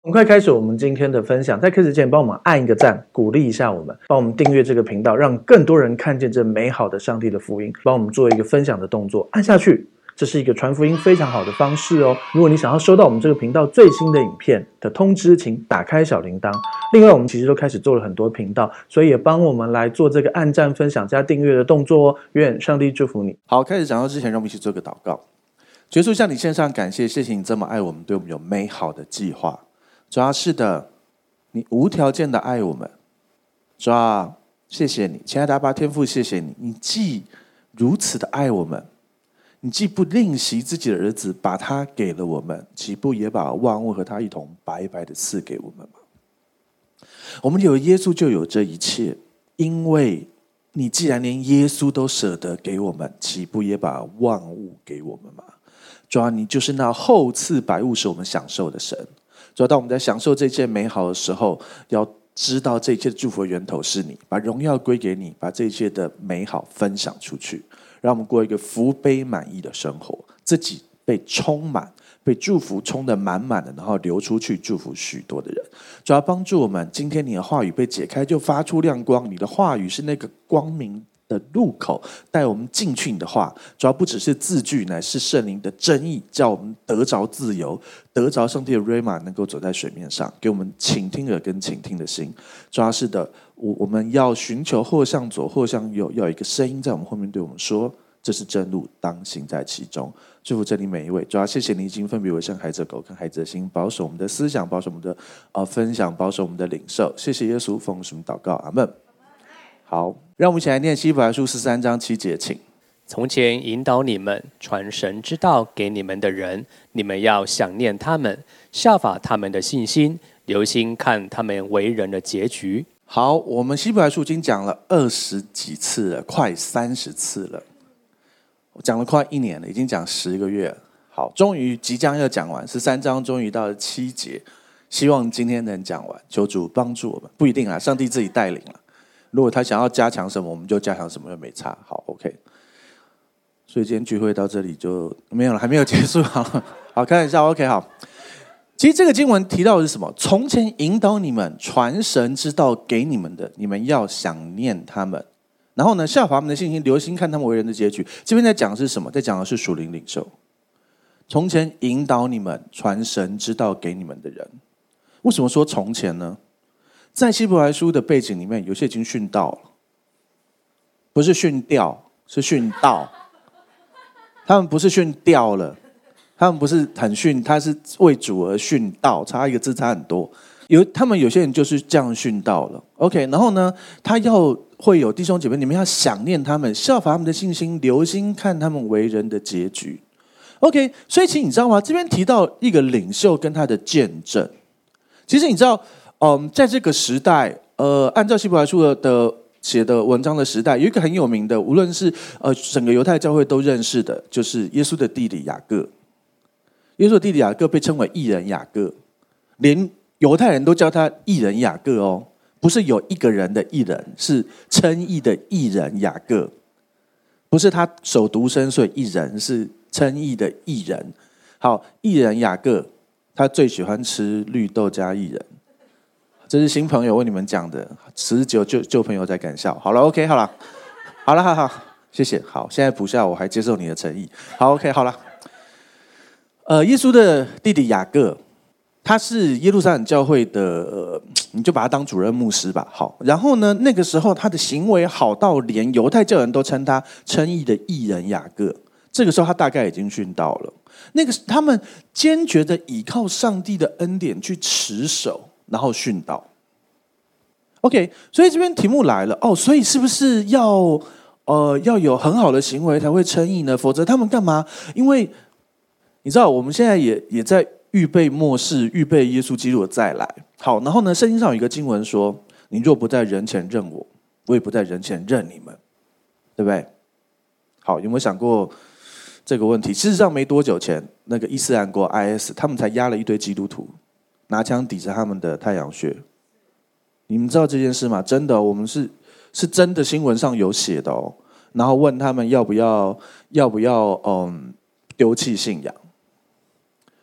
很快开始我们今天的分享，在开始前帮我们按一个赞，鼓励一下我们，帮我们订阅这个频道，让更多人看见这美好的上帝的福音，帮我们做一个分享的动作，按下去，这是一个传福音非常好的方式哦。如果你想要收到我们这个频道最新的影片的通知，请打开小铃铛。另外我们其实都开始做了很多频道，所以也帮我们来做这个按赞、分享加订阅的动作哦。愿上帝祝福你。 好，开始讲到之前，让我们一起做个祷告。主耶稣，向你献上感谢，谢谢你这么爱我们，对我们有美好的计划。主啊，是的，你无条件的爱我们。主啊，谢谢你，亲爱的阿爸天父，谢谢你，你既如此的爱我们，你既不吝惜自己的儿子，把他给了我们，岂不也把万物和他一同白白的赐给我们吗？我们有耶稣就有这一切，因为你既然连耶稣都舍得给我们，岂不也把万物给我们吗？主啊，你就是那厚赐百物使我们享受的神。主要当我们在享受这件美好的时候，要知道这一切的祝福的源头是你，把荣耀归给你，把这一切的美好分享出去，让我们过一个福杯满溢的生活，自己被充满，被祝福充得满满的，然后流出去祝福许多的人。主要帮助我们，今天你的话语被解开，就发出亮光，你的话语是那个光明的入口，带我们进去你的话，主要不只是字句，乃是圣灵的真意，叫我们得着自由，得着上帝的 Rhema， 能够走在水面上，给我们倾听耳跟倾听的心。主要是的，我们要寻求或向左或向右，要有一个声音在我们后面对我们说，这是真路，当行在其中。祝福这里每一位。主要谢谢你已经分别为圣孩子的狗跟孩子的心，保守我们的思想，保守我们的分享，保守我们的领受。谢谢耶稣，奉什么祷告，阿们。好，让我们一起来念希伯来书13章7节，请。 从前引导你们传神之道给你们的人，你们要想念他们，效法他们的信心，留心看他们为人的结局。 好，我们希伯来书已经讲了20几次了，快30次了，我讲了快1年了，已经讲10个月了。好，终于即将要讲完13章，终于到了7节，希望今天能讲完，求主帮助我们。不一定啦，上帝自己带领了。如果他想要加强什么，我们就加强什么，就没差。好 ，OK。所以今天聚会到这里就没有了，还没有结束。好，开玩笑 ，OK， 好。其实这个经文提到的是什么？从前引导你们传神之道给你们的，你们要想念他们。然后呢，效法他们的信心，留心看他们为人的结局。这边在讲的是什么？在讲的是属灵领袖。从前引导你们传神之道给你们的人，为什么说从前呢？在希伯来书的背景里面，有些已经殉道了，不是殉掉，是殉道。他们不是殉掉了，他们不是很殉，他是为主而殉道，差一个字差很多。他们有些人就是这样殉道了。OK， 然后呢，他要会有弟兄姐妹，你们要想念他们，效法他们的信心，留心看他们为人的结局。OK， 所以其实你知道吗？这边提到一个领袖跟他的见证，其实你知道。在这个时代，按照希伯来书的写的文章的时代，有一个很有名的，无论是整个犹太教会都认识的，就是耶稣的弟弟雅各。耶稣的弟弟雅各被称为义人雅各，连犹太人都叫他义人雅各哦，不是有一个人的义人，是称义的义人雅各，不是他手独身所以义人，是称义的义人。好，义人雅各，他最喜欢吃绿豆加薏仁。这是新朋友为你们讲的，19旧朋友在敢笑。好了 ，OK， 好了，好了，好，谢谢。好，现在补下，我还接受你的诚意。好 ，OK， 好了。耶稣的弟弟雅各，他是耶路撒冷教会的，你就把他当主任牧师吧。好，然后呢，那个时候他的行为好到连犹太教人都称他称义的义人雅各。这个时候他大概已经殉道了。他们坚决的倚靠上帝的恩典去持守。然后殉道 ，OK， 所以这边题目来了哦，所以是不是要有很好的行为才会称义呢？否则他们干嘛？因为你知道我们现在也在预备末世，预备耶稣基督的再来。好，然后呢，圣经上有一个经文说：“你若不在人前认我，我也不在人前认你们。”对不对？好，有没有想过这个问题？事实上，没多久前，那个伊斯兰国 IS 他们才压了一堆基督徒。拿枪抵着他们的太阳穴，你们知道这件事吗？真的，我们是真的新闻上有写的哦。然后问他们要不要丢弃信仰。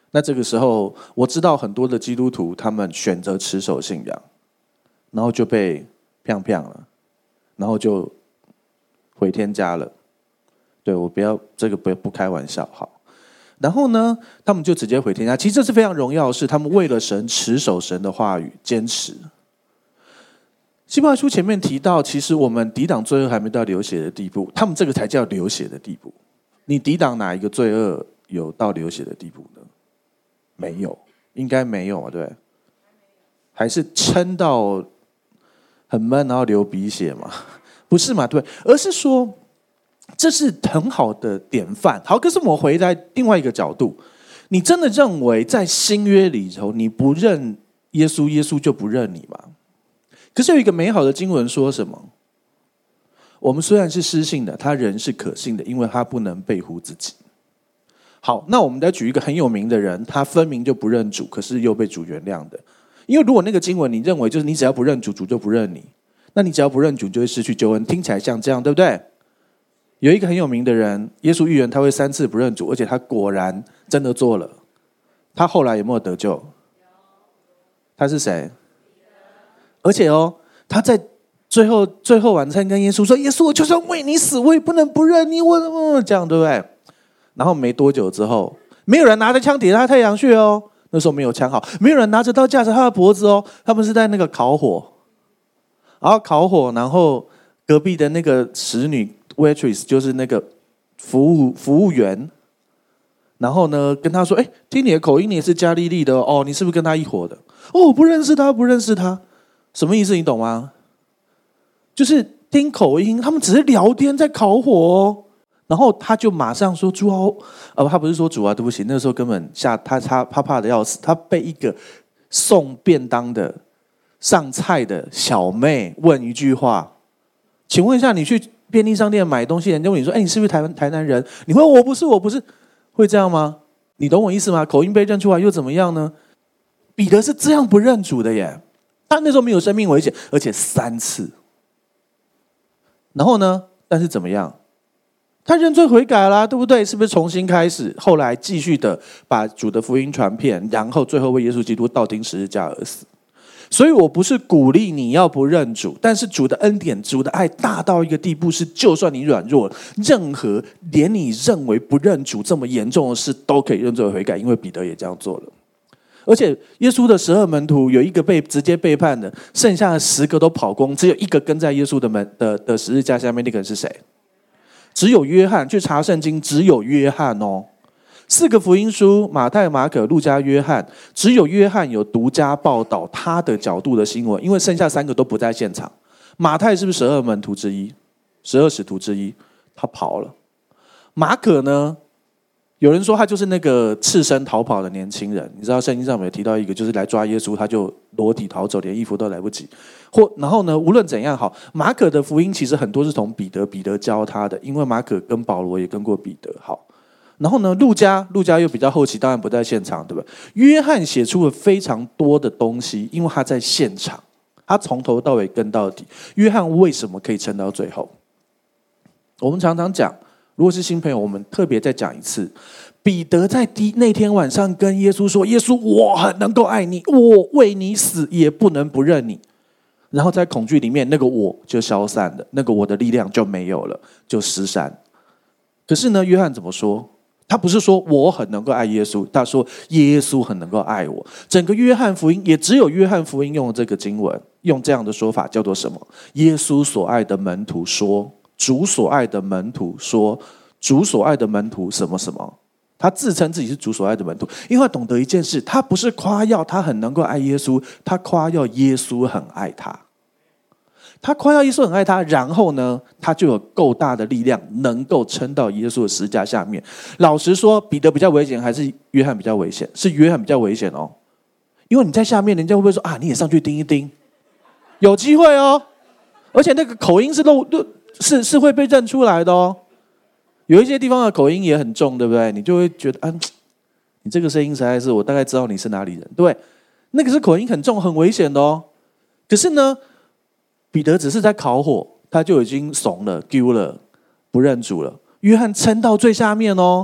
那这个时候，我知道很多的基督徒他们选择持守信仰，然后就被砰砰了，然后就回天家了。对，我不要这个不开玩笑，好。然后呢，他们就直接回天家。其实这是非常荣耀的事，他们为了神持守神的话语，坚持。希伯来书前面提到，其实我们抵挡罪恶还没到流血的地步，他们这个才叫流血的地步。你抵挡哪一个罪恶有到流血的地步呢？没有，应该没有啊，对，还是撑到很闷，然后流鼻血嘛？不是嘛？对，而是说这是很好的典范。好，可是我们回来另外一个角度，你真的认为在新约里头，你不认耶稣，耶稣就不认你吗？可是有一个美好的经文说什么？我们虽然是失信的，他人是可信的，因为他不能背乎自己。好，那我们再举一个很有名的人，他分明就不认主，可是又被主原谅的。因为如果那个经文你认为就是你只要不认主，主就不认你，那你只要不认主就会失去救恩，听起来像这样，对不对？有一个很有名的人，耶稣预言他会3次不认主，而且他果然真的做了。他后来有没有得救？他是谁？而且他在最后晚餐跟耶稣说：“耶稣，我就算为你死，我也不能不认你。”我这样对不对？然后没多久之后，没有人拿着枪抵他太阳穴哦，那时候没有枪好，没有人拿着刀架着他的脖子哦，他们是在那个烤火，然后隔壁的那个使女 waitress 就是那个服务员，然后呢跟他说：“哎，听你的口音，你也是加利利的哦，你是不是跟他一伙的？”哦，我不认识他，不认识他。什么意思？你懂吗？就是听口音，他们只是聊天，在烤火哦。然后他就马上说：“主啊，他不是说主啊，对不起，那个时候根本他怕的要死。他被一个送便当的、上菜的小妹问一句话，请问一下，你去便利商店买东西，人家问你说：‘哎，你是不是台南人？’你会我不是，会这样吗？你懂我意思吗？口音被认出来又怎么样呢？彼得是这样不认主的耶。他那时候没有生命危险，而且3次。然后呢？但是怎么样？他认罪悔改啦，对不对？是不是重新开始？后来继续的把主的福音传遍，然后最后为耶稣基督倒钉十字架而死。所以我不是鼓励你要不认主，但是主的恩典、主的爱大到一个地步，是就算你软弱，任何连你认为不认主这么严重的事都可以认罪悔改，因为彼得也这样做了。而且耶稣的12门徒有一个直接背叛的，剩下的10个都跑光，只有一个跟在耶稣的十字架下面，那个人是谁？只有约翰。去查圣经，只有约翰哦。4个福音书，马太、马可、路加、约翰，只有约翰有独家报道他的角度的新闻，因为剩下3个都不在现场。马太是不是12门徒之一，12使徒之一？他跑了。马可呢？有人说他就是那个赤身逃跑的年轻人，你知道圣经上面有提到一个，就是来抓耶稣，他就裸体逃走，连衣服都来不及。然后呢，无论怎样好，马可的福音其实很多是从彼得教他的，因为马可跟保罗也跟过彼得。好，然后呢，路加又比较后期，当然不在现场，对吧？约翰写出了非常多的东西，因为他在现场，他从头到尾跟到底。约翰为什么可以撑到最后？我们常常讲。如果是新朋友，我们特别再讲一次，彼得在那天晚上跟耶稣说：“耶稣，我很能够爱你，我为你死也不能不认你。”然后在恐惧里面，那个我就消散了，那个我的力量就没有了，就失散。可是呢，约翰怎么说？他不是说我很能够爱耶稣，他说耶稣很能够爱我。整个约翰福音也只有约翰福音用这个经文，用这样的说法叫做什么？耶稣所爱的门徒说。主所爱的门徒说，主所爱的门徒什么什么，他自称自己是主所爱的门徒，因为他懂得一件事，他不是夸耀他很能够爱耶稣，他夸耀耶稣很爱他。他夸耀耶稣很爱他，然后呢，他就有够大的力量能够撑到耶稣的十字架下面。老实说，彼得比较危险还是约翰比较危险？是约翰比较危险哦，因为你在下面，人家会不会说啊，你也上去盯一盯？有机会哦，而且那个口音是会被认出来的哦。有一些地方的口音也很重，对不对？你就会觉得你这个声音实在是我大概知道你是哪里人，对不对？那个是口音很重很危险的哦。可是呢，彼得只是在烤火，他就已经怂了丢了，不认主了。约翰撑到最下面哦，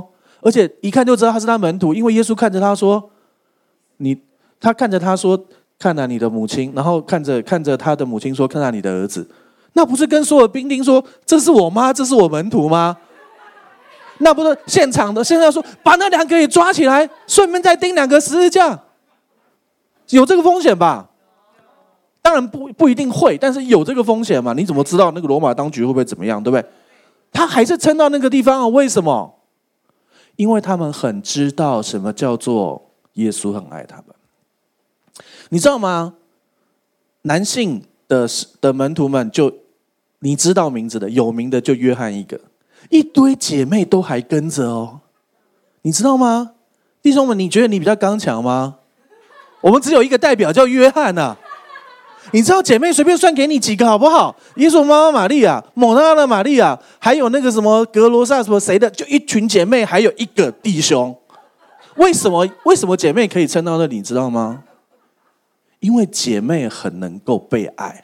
而且一看就知道他是他门徒，因为耶稣看着他说：“他看着他说，看哪你的母亲。”然后看着他的母亲说：“看哪你的儿子。”那不是跟所有兵丁说：“这是我妈，这是我门徒吗？”那不是现场的，现在说把那2个也抓起来，顺便再钉2个十字架，有这个风险吧？当然不一定会，但是有这个风险嘛？你怎么知道那个罗马当局会不会怎么样，对不对？他还是撑到那个地方啊？为什么？因为他们很知道什么叫做耶稣很爱他们。你知道吗？男性的门徒们就你知道名字的，有名的就约翰一个。一堆姐妹都还跟着哦，你知道吗？弟兄们，你觉得你比较刚强吗？我们只有一个代表叫约翰啊。你知道姐妹随便算给你几个好不好？耶稣妈妈玛利亚、抹大拉的玛利亚，还有那个什么格罗萨什么谁的，就一群姐妹，还有一个弟兄。为什么姐妹可以撑到那里？你知道吗？因为姐妹很能够被爱，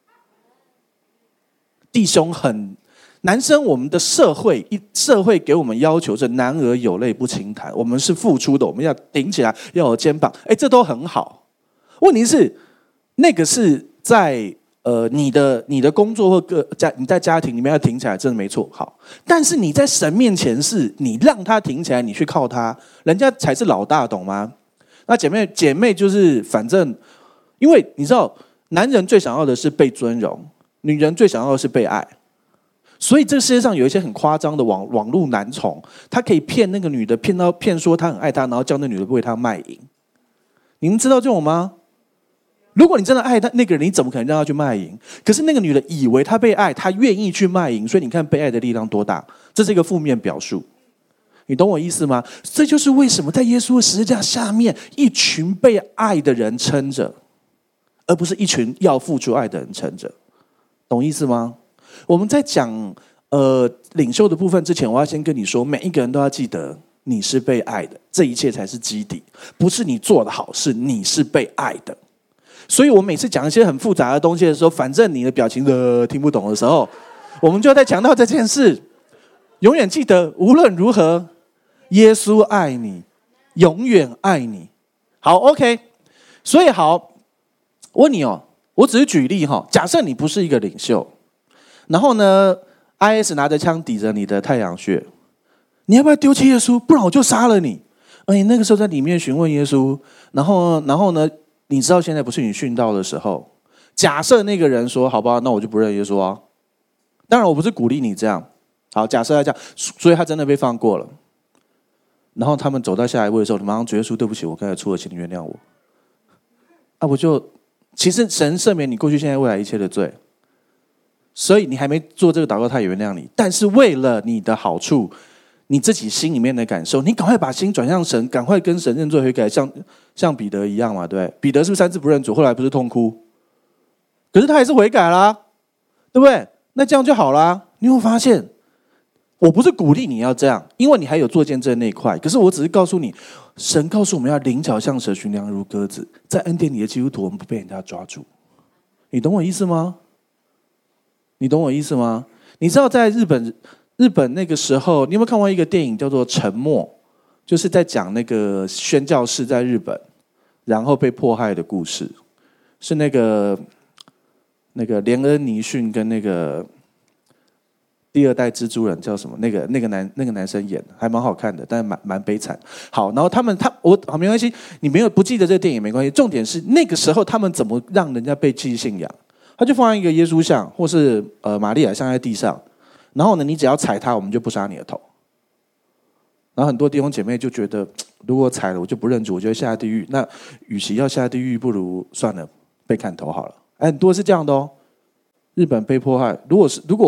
弟兄很。男生，我们的社会给我们要求是男儿有泪不轻弹，我们是付出的，我们要顶起来，要有肩膀，这都很好。问题是，那个是在你的工作或你在家庭里面要挺起来，真的没错。好，但是你在神面前是你让他挺起来，你去靠他，人家才是老大，懂吗？那姐妹就是反正，因为你知道，男人最想要的是被尊荣，女人最想要的是被爱。所以这世界上有一些很夸张的网络男宠，他可以骗那个女的，骗说他很爱她，然后叫那女的为他卖淫。你们知道这种吗？如果你真的爱他那个人，你怎么可能让他去卖淫？可是那个女的以为她被爱，她愿意去卖淫，所以你看被爱的力量多大，这是一个负面表述。你懂我意思吗？这就是为什么在耶稣的十字架下面，一群被爱的人撑着，而不是一群要付出爱的人撑着。懂意思吗？我们在讲领袖的部分之前，我要先跟你说，每一个人都要记得你是被爱的，这一切才是基底，不是你做的好，是你是被爱的。所以我每次讲一些很复杂的东西的时候，反正你的表情听不懂的时候，我们就在强调这件事。永远记得，无论如何，耶稣爱你，永远爱你。好 ，OK。所以好，我问你哦，我只是举例哈，假设你不是一个领袖。然后呢 ，IS 拿着枪抵着你的太阳穴，你要不要丢弃耶稣？不然我就杀了你。而你那个时候在里面询问耶稣，然后呢，你知道现在不是你殉道的时候。假设那个人说：“好吧，那我就不认耶稣啊。”当然，我不是鼓励你这样。好，假设他这样，所以他真的被放过了。然后他们走到下一位的时候，你马上主耶稣，对不起，我刚才出了，请你原谅我。我就其实神赦免你过去、现在、未来一切的罪。所以你还没做这个祷告，他也原谅你。但是为了你的好处，你自己心里面的感受，你赶快把心转向神，赶快跟神认罪悔改，像彼得一样嘛，对不对？彼得是不是3次不认主，后来不是痛哭？可是他还是悔改啦，对不对？那这样就好啦。你会发现，我不是鼓励你要这样，因为你还有做见证那一块。可是我只是告诉你，神告诉我们要灵巧像蛇，驯良如鸽子。在恩典里的基督徒，我们不被人家抓住。你懂我意思吗？你懂我意思吗？你知道在日本那个时候，你有没有看过一个电影叫做《沉默》，就是在讲那个宣教士在日本然后被迫害的故事，是那个连恩·尼逊跟那个第2代蜘蛛人叫什么？那个男生演的还蛮好看的，但是蛮悲惨。好，然后好没关系，你不记得这个电影没关系。重点是那个时候他们怎么让人家被寄信仰？他就放一个耶稣像，或是玛利亚像在地上，然后呢，你只要踩它，我们就不杀你的头。然后很多弟兄姐妹就觉得，如果踩了我就不认主，我就会下地狱。那与其要下地狱，不如算了，被砍头好了。很多是这样的哦。日本被迫害，如果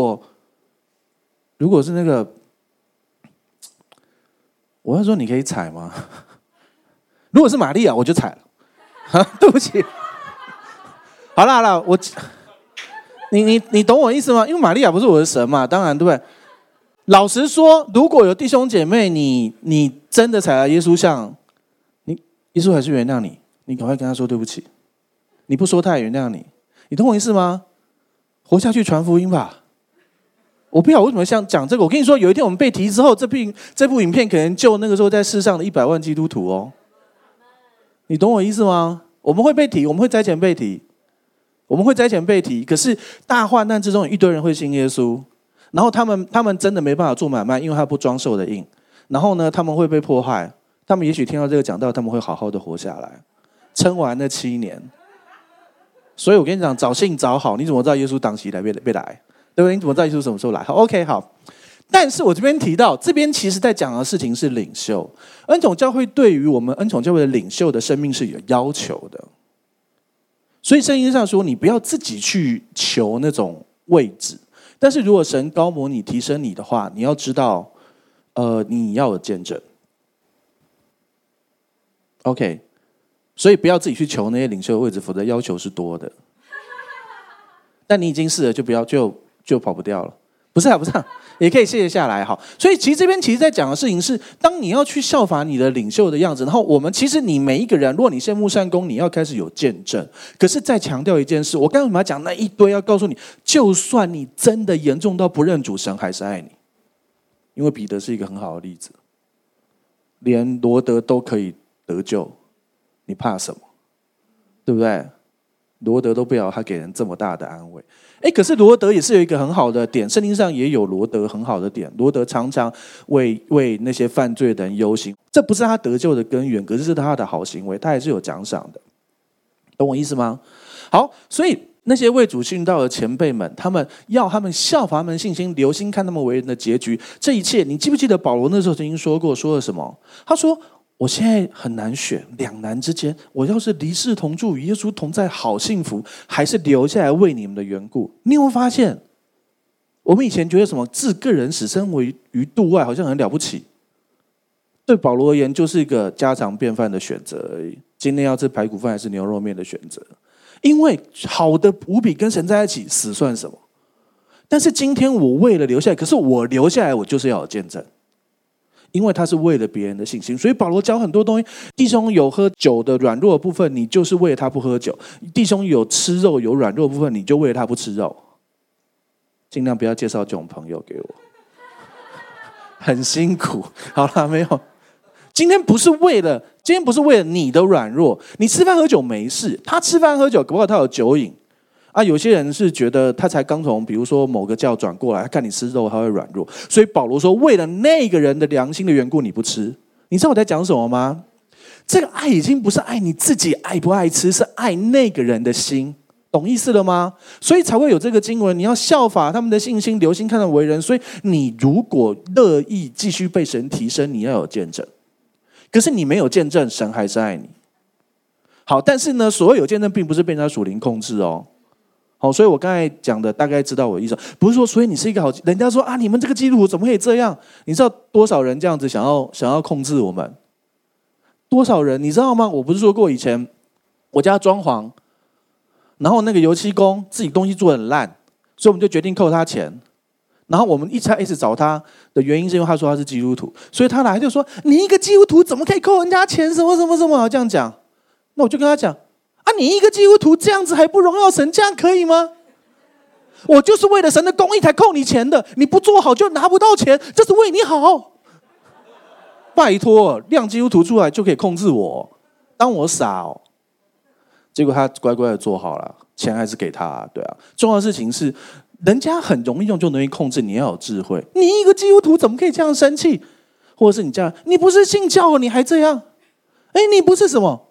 是那个，我要说你可以踩吗？如果是玛利亚，我就踩了。对不起。好啦，你懂我意思吗？因为玛利亚不是我的神嘛，当然对不对？老实说，如果有弟兄姐妹，你真的踩了耶稣像，耶稣还是原谅你，你赶快跟他说对不起。你不说他也原谅你，你懂我意思吗？活下去传福音吧。 我不晓得为什么像讲这个。我跟你说，有一天我们被提之后，这部影片可能救那个时候在世上的100万基督徒哦。你懂我意思吗？我们会被提，我们会灾前被提，可是大患难之中，有一堆人会信耶稣，然后他们真的没办法做买卖，因为他不装受的印。然后呢，他们会被迫害，他们也许听到这个讲道，他们会好好的活下来，撑完那7年。所以我跟你讲，早信早好，你怎么知道耶稣当时来被来？对不对？你怎么知道耶稣什么时候来？好 ，OK， 好。但是我这边提到，这边其实在讲的事情是领袖。恩宠教会对于我们恩宠教会的领袖的生命是有要求的。所以圣经上说，你不要自己去求那种位置，但是如果神高摩你、提升你的话，你要知道，你要有见证。OK， 所以不要自己去求那些领袖的位置，否则要求是多的。但你已经试了，就不要就跑不掉了。不是啊，也可以卸下来哈。所以其实这边在讲的事情是，当你要去效法你的领袖的样子，然后其实你每一个人，如果你羡慕善功，你要开始有见证。可是再强调一件事，我刚才为什么要讲那一堆？要告诉你，就算你真的严重到不认主，神还是爱你。因为彼得是一个很好的例子，连罗德都可以得救，你怕什么？对不对？罗德都不要他给人这么大的安慰。可是罗德也是有一个很好的点，圣经上也有罗德很好的点。罗德常常为那些犯罪的人忧心，这不是他得救的根源，可是是他的好行为，他还是有奖赏的。懂我意思吗？好，所以那些为主殉道的前辈们，他们效法他们信心，留心看他们为人的结局。这一切，你记不记得保罗那时候曾经说了什么？他说，我现在很难选，两难之间，我要是离世同住，与耶稣同在，好幸福，还是留下来为你们的缘故。你有没有发现，我们以前觉得什么置个人死生于度外好像很了不起，对保罗而言就是一个家常便饭的选择而已。今天要吃排骨饭还是牛肉面的选择，因为好的无比跟神在一起，死算什么？但是今天我为了留下来，可是我留下来，我就是要有见证。因为他是为了别人的信心，所以保罗教很多东西。弟兄有喝酒的软弱的部分，你就是为了他不喝酒；弟兄有吃肉有软弱的部分，你就为了他不吃肉。尽量不要介绍这种朋友给我，很辛苦。好了，没有。今天不是为了你的软弱，你吃饭喝酒没事，他吃饭喝酒，搞不好他有酒瘾。有些人是觉得他才刚从比如说某个教转过来，他看你吃肉他会软弱，所以保罗说为了那个人的良心的缘故你不吃。你知道我在讲什么吗？这个爱已经不是爱你自己爱不爱吃，是爱那个人的心，懂意思了吗？所以才会有这个经文，你要效法他们的信心，留心看他们为人。所以你如果乐意继续被神提升，你要有见证。可是你没有见证，神还是爱你。好，但是呢，所谓有见证并不是被人家属灵控制哦。好，所以我刚才讲的大概知道我的意思，不是说所以你是一个好，人家说你们这个基督徒怎么可以这样？你知道多少人这样子想要控制我们？多少人你知道吗？我不是说过以前我家装潢，然后那个油漆工自己东西做得很烂，所以我们就决定扣他钱。然后我们一直找他的原因是因为他说他是基督徒，所以他来就说你一个基督徒怎么可以扣人家钱？什么这样讲？那我就跟他讲。你一个基督徒这样子还不荣耀神，这样可以吗？我就是为了神的公义才扣你钱的，你不做好就拿不到钱，这是为你好。拜托，亮基督徒出来就可以控制我，当我傻哦？结果他乖乖的做好了，钱还是给他，对啊。重要的事情是，人家很容易就容易控制，你要有智慧。你一个基督徒怎么可以这样生气？或者是你这样，你不是信教你还这样？你不是什么？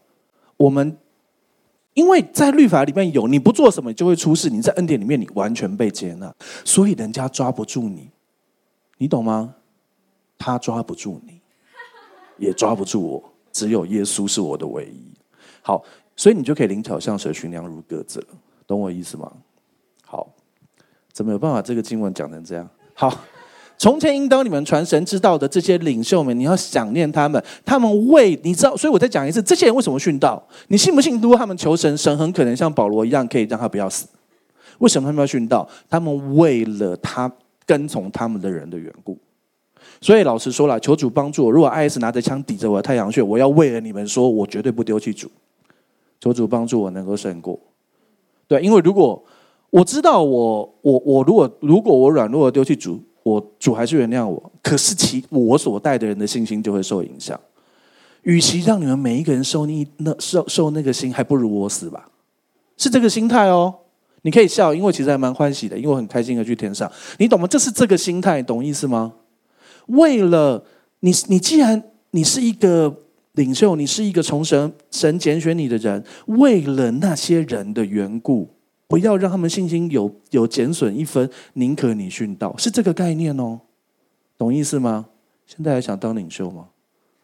因为在律法里面有，你不做什么就会出事，你在恩典里面你完全被接纳，所以人家抓不住你，你懂吗？他抓不住你，也抓不住我，只有耶稣是我的唯一。好，所以你就可以灵巧像蛇，驯良如鸽子了，懂我意思吗？好，怎么有办法这个经文讲成这样？好。从前引导你们传神之道的这些领袖们，你要想念他们，他们为你知道，所以我再讲一次，这些人为什么殉道？你信不信？如果他们求神，神很可能像保罗一样，可以让他不要死。为什么他们要殉道？他们为了他跟从他们的人的缘故。所以老实说了，求主帮助我。如果 IS 拿着枪抵着我的太阳穴，我要为了你们说，我绝对不丢弃主。求主帮助我能够胜过。对，因为如果我知道我如果我软弱的丢弃主，主还是原谅我，可是我所带的人的信心就会受影响。与其让你们每一个人受那个心，还不如我死吧，是这个心态哦。你可以笑，因为其实还蛮欢喜的，因为我很开心的去天上，你懂吗？这是这个心态，懂意思吗？为了你既然你是一个领袖，你是一个从神拣选你的人，为了那些人的缘故，不要让他们信心有减损一分，宁可你殉道，是这个概念哦，懂意思吗？现在还想当领袖吗？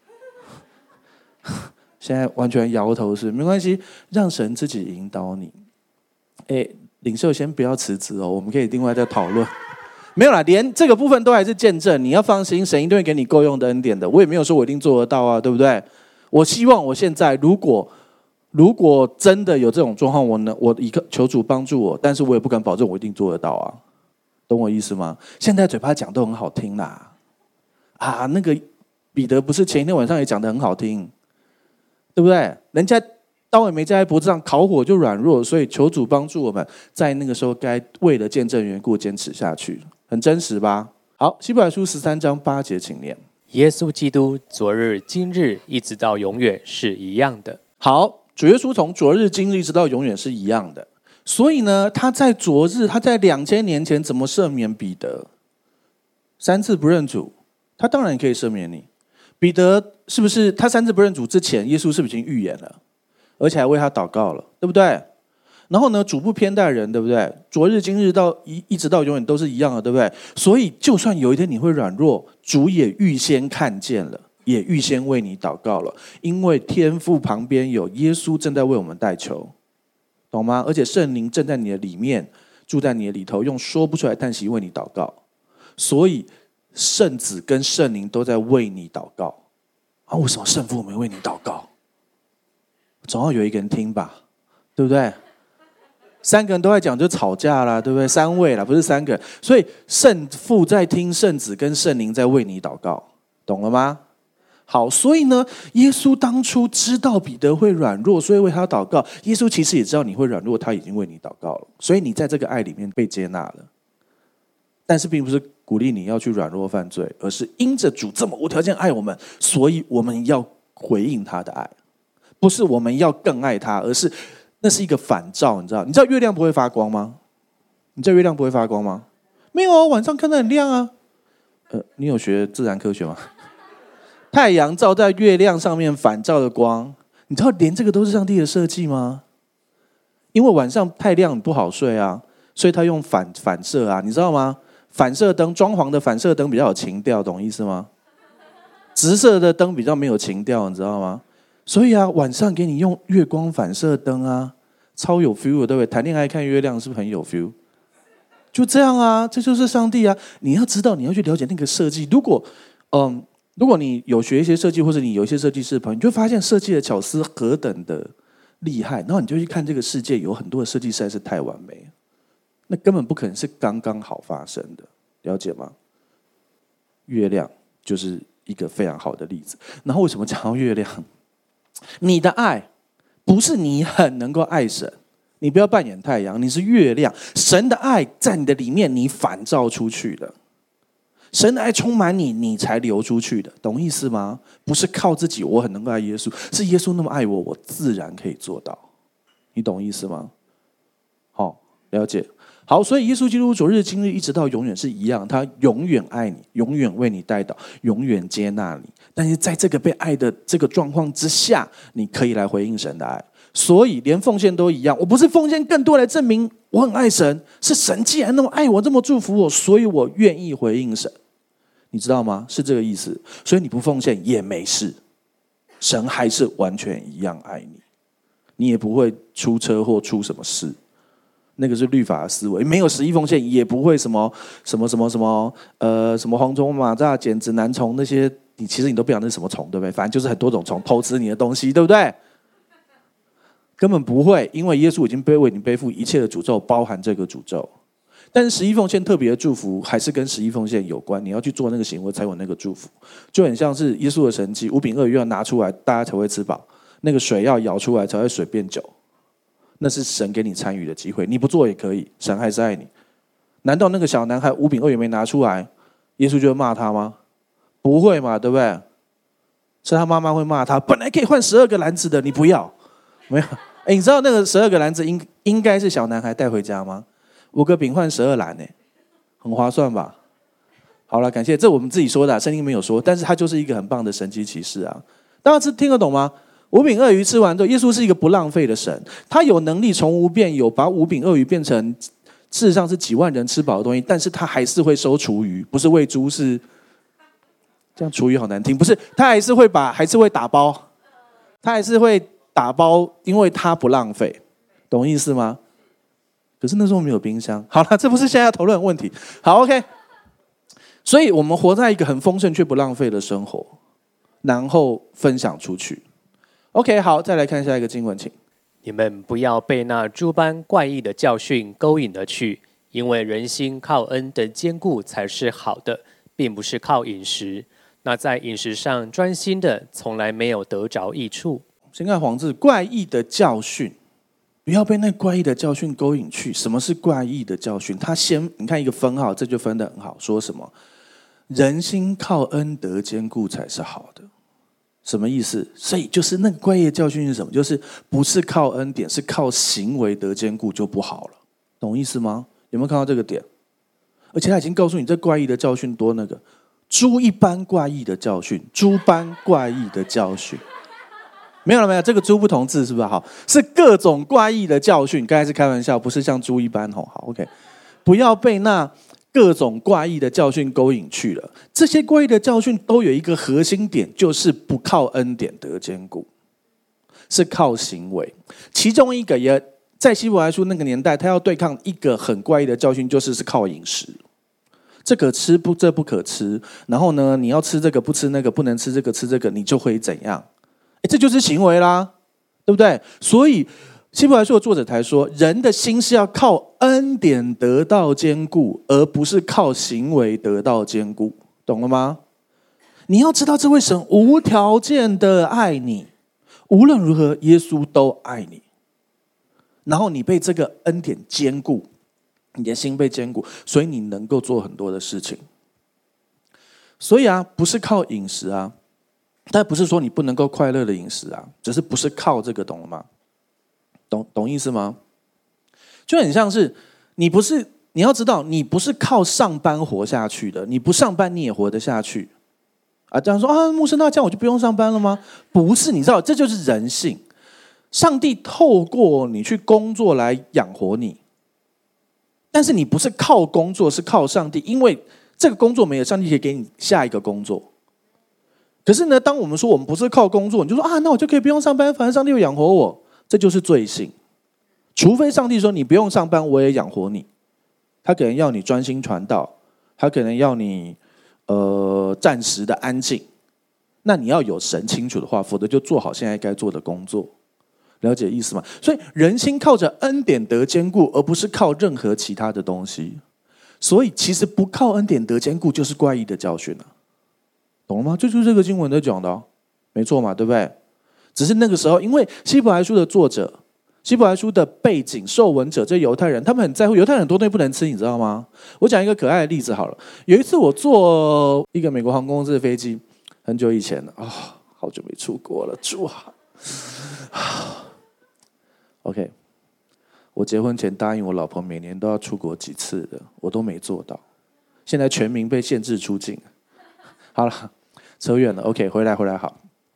现在完全摇头是没关系，让神自己引导你。领袖先不要辞职哦，我们可以另外再讨论。没有啦，连这个部分都还是见证，你要放心，神一定会给你够用的恩典的。我也没有说我一定做得到啊，对不对？我希望我现在如果真的有这种状况，我求主帮助我，但是我也不敢保证我一定做得到啊，懂我意思吗？现在嘴巴讲都很好听啦，那个彼得不是前一天晚上也讲得很好听，对不对？人家刀也没架在脖子上，烤火就软弱，所以求主帮助我们，在那个时候该为了见证缘故坚持下去，很真实吧？好，希伯来书13章8节，请念。 耶稣基督昨日、今日一直到永远是一样的。 好，主耶稣从昨日、今日一直到永远是一样的。所以呢，他在昨日，他在2000年前怎么赦免彼得？3次不认主，他当然可以赦免你。彼得是不是他3次不认主之前，耶稣是不是已经预言了，而且还为他祷告了，对不对？然后呢，主不偏待人，对不对？昨日、今日到一直到永远都是一样的，对不对？所以，就算有一天你会软弱，主也预先看见了，也预先为你祷告了，因为天父旁边有耶稣正在为我们代求，懂吗？而且圣灵正在你的里面，住在你的里头，用说不出来叹息为你祷告。所以，圣子跟圣灵都在为你祷告。为什么圣父没为你祷告？总要有一个人听吧，对不对？3个人都在讲就吵架啦，对不对？3位啦，不是3个人。所以圣父在听，圣子跟圣灵在为你祷告，懂了吗？好，所以呢，耶稣当初知道彼得会软弱，所以为他祷告。耶稣其实也知道你会软弱，他已经为你祷告了，所以你在这个爱里面被接纳了。但是并不是鼓励你要去软弱犯罪，而是因着主这么无条件爱我们，所以我们要回应他的爱，不是我们要更爱他，而是那是一个反照。你知道月亮不会发光吗？你知道月亮不会发光吗？没有啊，晚上看得很亮啊。你有学自然科学吗？太阳照在月亮上面反照的光，你知道连这个都是上帝的设计吗？因为晚上太亮不好睡啊，所以他用反射啊，你知道吗？反射灯，装潢的反射灯比较有情调，懂意思吗？直射的灯比较没有情调，你知道吗？所以啊，晚上给你用月光反射灯啊，超有 feel 的，对不对？谈恋爱看月亮是不是很有 feel？ 就这样啊，这就是上帝啊！你要知道，你要去了解那个设计。如果你有学一些设计，或者你有一些设计师的朋友，你就会发现设计的巧思何等的厉害。然后你就去看这个世界，有很多的设计实在是太完美了，那根本不可能是刚刚好发生的，了解吗？月亮就是一个非常好的例子。然后为什么讲到月亮？你的爱不是你很能够爱神，你不要扮演太阳，你是月亮。神的爱在你的里面，你反照出去的。神的爱充满你，你才流出去的，懂意思吗？不是靠自己，我很能够爱耶稣，是耶稣那么爱我，我自然可以做到。你懂意思吗？好，了解。好，所以耶稣基督昨日、今日一直到永远是一样，他永远爱你，永远为你代祷，永远接纳你。但是在这个被爱的这个状况之下，你可以来回应神的爱。所以连奉献都一样，我不是奉献更多来证明我很爱神，是神既然那么爱我，这么祝福我，所以我愿意回应神。你知道吗？是这个意思。所以你不奉献也没事，神还是完全一样爱你，你也不会出车祸出什么事。那个是律法的思维，没有11奉献也不会什么蝗虫、蚂蚱、茧子、男虫那些，其实你都不晓得那是什么虫，对不对？反正就是很多种虫偷吃你的东西，对不对？根本不会，因为耶稣已经为你背负一切的诅咒，包含这个诅咒。但是11奉献特别的祝福还是跟11奉献有关，你要去做那个行为才有那个祝福，就很像是耶稣的神迹，5饼2鱼要拿出来大家才会吃饱，那个水要舀出来才会水变酒。 那是神给你参与的机会，你不做也可以，神还是爱你。难道那个小男孩5饼2鱼没拿出来，耶稣就会骂他吗？不会嘛，对不对？是他妈妈会骂他，本来可以换12个篮子的，你不要，没有。你知道那个12个篮子应该是小男孩带回家吗？5个饼换12篮，很划算吧？好了，感谢，这我们自己说的，圣经没有说，但是它就是一个很棒的神迹奇事啊！大家听得懂吗？5饼2鱼吃完之后，耶稣是一个不浪费的神，他有能力从无变有，把5饼2鱼变成事实上是几万人吃饱的东西，但是他还是会收厨余，不是喂猪，是这样，厨余好难听，不是，他还是会打包，他还是会打包，因为他不浪费，懂意思吗？可是那时候没有冰箱。好了，这不是现在要讨论的问题。好 ，OK。所以我们活在一个很丰盛却不浪费的生活，然后分享出去。OK， 好，再来看下一个经文，请。 你们不要被那诸般怪异的教训勾引了去，因为人心靠恩的坚固才是好的，并不是靠饮食。那在饮食上专心的，从来没有得着益处。 先看黄字，怪异的教训，不要被那怪异的教训勾引去。什么是怪异的教训？他先，你看一个分号，这就分得很好，说什么？人心靠恩德坚固才是好的，什么意思？所以就是那个怪异的教训是什么？就是不是靠恩典，是靠行为得坚固就不好了，懂意思吗？有没有看到这个点？而且他已经告诉你，这怪异的教训多那个猪一般怪异的教训，猪般怪异的教训。没有了，没有，这个猪不同字是不是？好，是各种怪异的教训。刚才是开玩笑，不是像猪一般吼。好 ，OK， 不要被那各种怪异的教训勾引去了。这些怪异的教训都有一个核心点，就是不靠恩典得坚固，是靠行为。其中一个也在希伯来书那个年代，他要对抗一个很怪异的教训，就是靠饮食。这可吃不，这不可吃。然后呢，你要吃这个不吃那个，不能吃这个吃这个，你就会怎样？这就是行为啦，对不对？所以希伯来书的作者才说，人的心是要靠恩典得到坚固，而不是靠行为得到坚固，懂了吗？你要知道，这位神无条件的爱你，无论如何，耶稣都爱你。然后你被这个恩典坚固，你的心被坚固，所以你能够做很多的事情。所以啊，不是靠饮食啊。但不是说你不能够快乐的饮食啊，只是不是靠这个，懂了吗？懂意思吗？就很像是你要知道，你不是靠上班活下去的，你不上班你也活得下去啊。这样说啊，牧师，那这样我就不用上班了吗？不是，你知道，这就是人性。上帝透过你去工作来养活你，但是你不是靠工作，是靠上帝，因为这个工作没有，上帝可以给你下一个工作。可是呢，当我们说我们不是靠工作，你就说啊，那我就可以不用上班，反正上帝会养活我，这就是罪性。除非上帝说你不用上班，我也养活你，他可能要你专心传道，他可能要你暂时的安静，那你要有神清楚的话，否则就做好现在该做的工作，了解意思吗？所以人心靠着恩典得坚固，而不是靠任何其他的东西。所以其实不靠恩典得坚固，就是怪异的教训了。懂了吗？就是这个经文在讲的哦，没错嘛，对不对？只是那个时候，因为希伯来书的作者、希伯来书的背景、受文者，这犹太人，他们很在乎，犹太人很多东西不能吃，你知道吗？我讲一个可爱的例子好了。有一次我坐一个美国航空公司的飞机，很久以前了啊，好久没出国了，主啊。OK， 我结婚前答应我老婆每年都要出国几次的，我都没做到。现在全民被限制出境。好了，扯远了。OK， 回来好。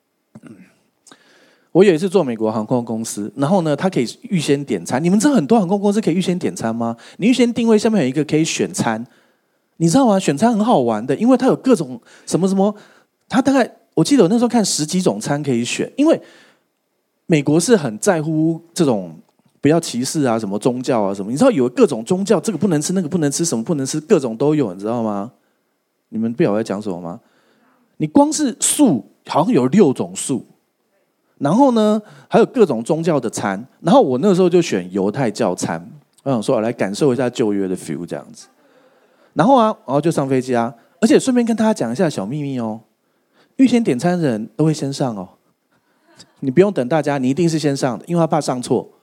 我有一次做美国航空公司，然后呢，它可以预先点餐。你们知道很多航空公司可以预先点餐吗？你预先定位下面有一个可以选餐，你知道吗？选餐很好玩的，因为它有各种什么，它大概我记得我那时候看10几种餐可以选，因为美国是很在乎这种不要歧视啊，什么宗教啊什么。你知道有各种宗教，这个不能吃，那个不能吃，什么不能吃，各种都有，你知道吗？你们不晓得我在讲什么吗？你光是素好像有6种素，然后呢还有各种宗教的餐，然后我那个时候就选犹太教餐，我想说我来感受一下旧约的 feel 这样子。然后就上飞机啊，而且顺便跟大家讲一下小秘密哦，预先点餐的人都会先上哦，你不用等大家，你一定是先上的，因为他怕上错。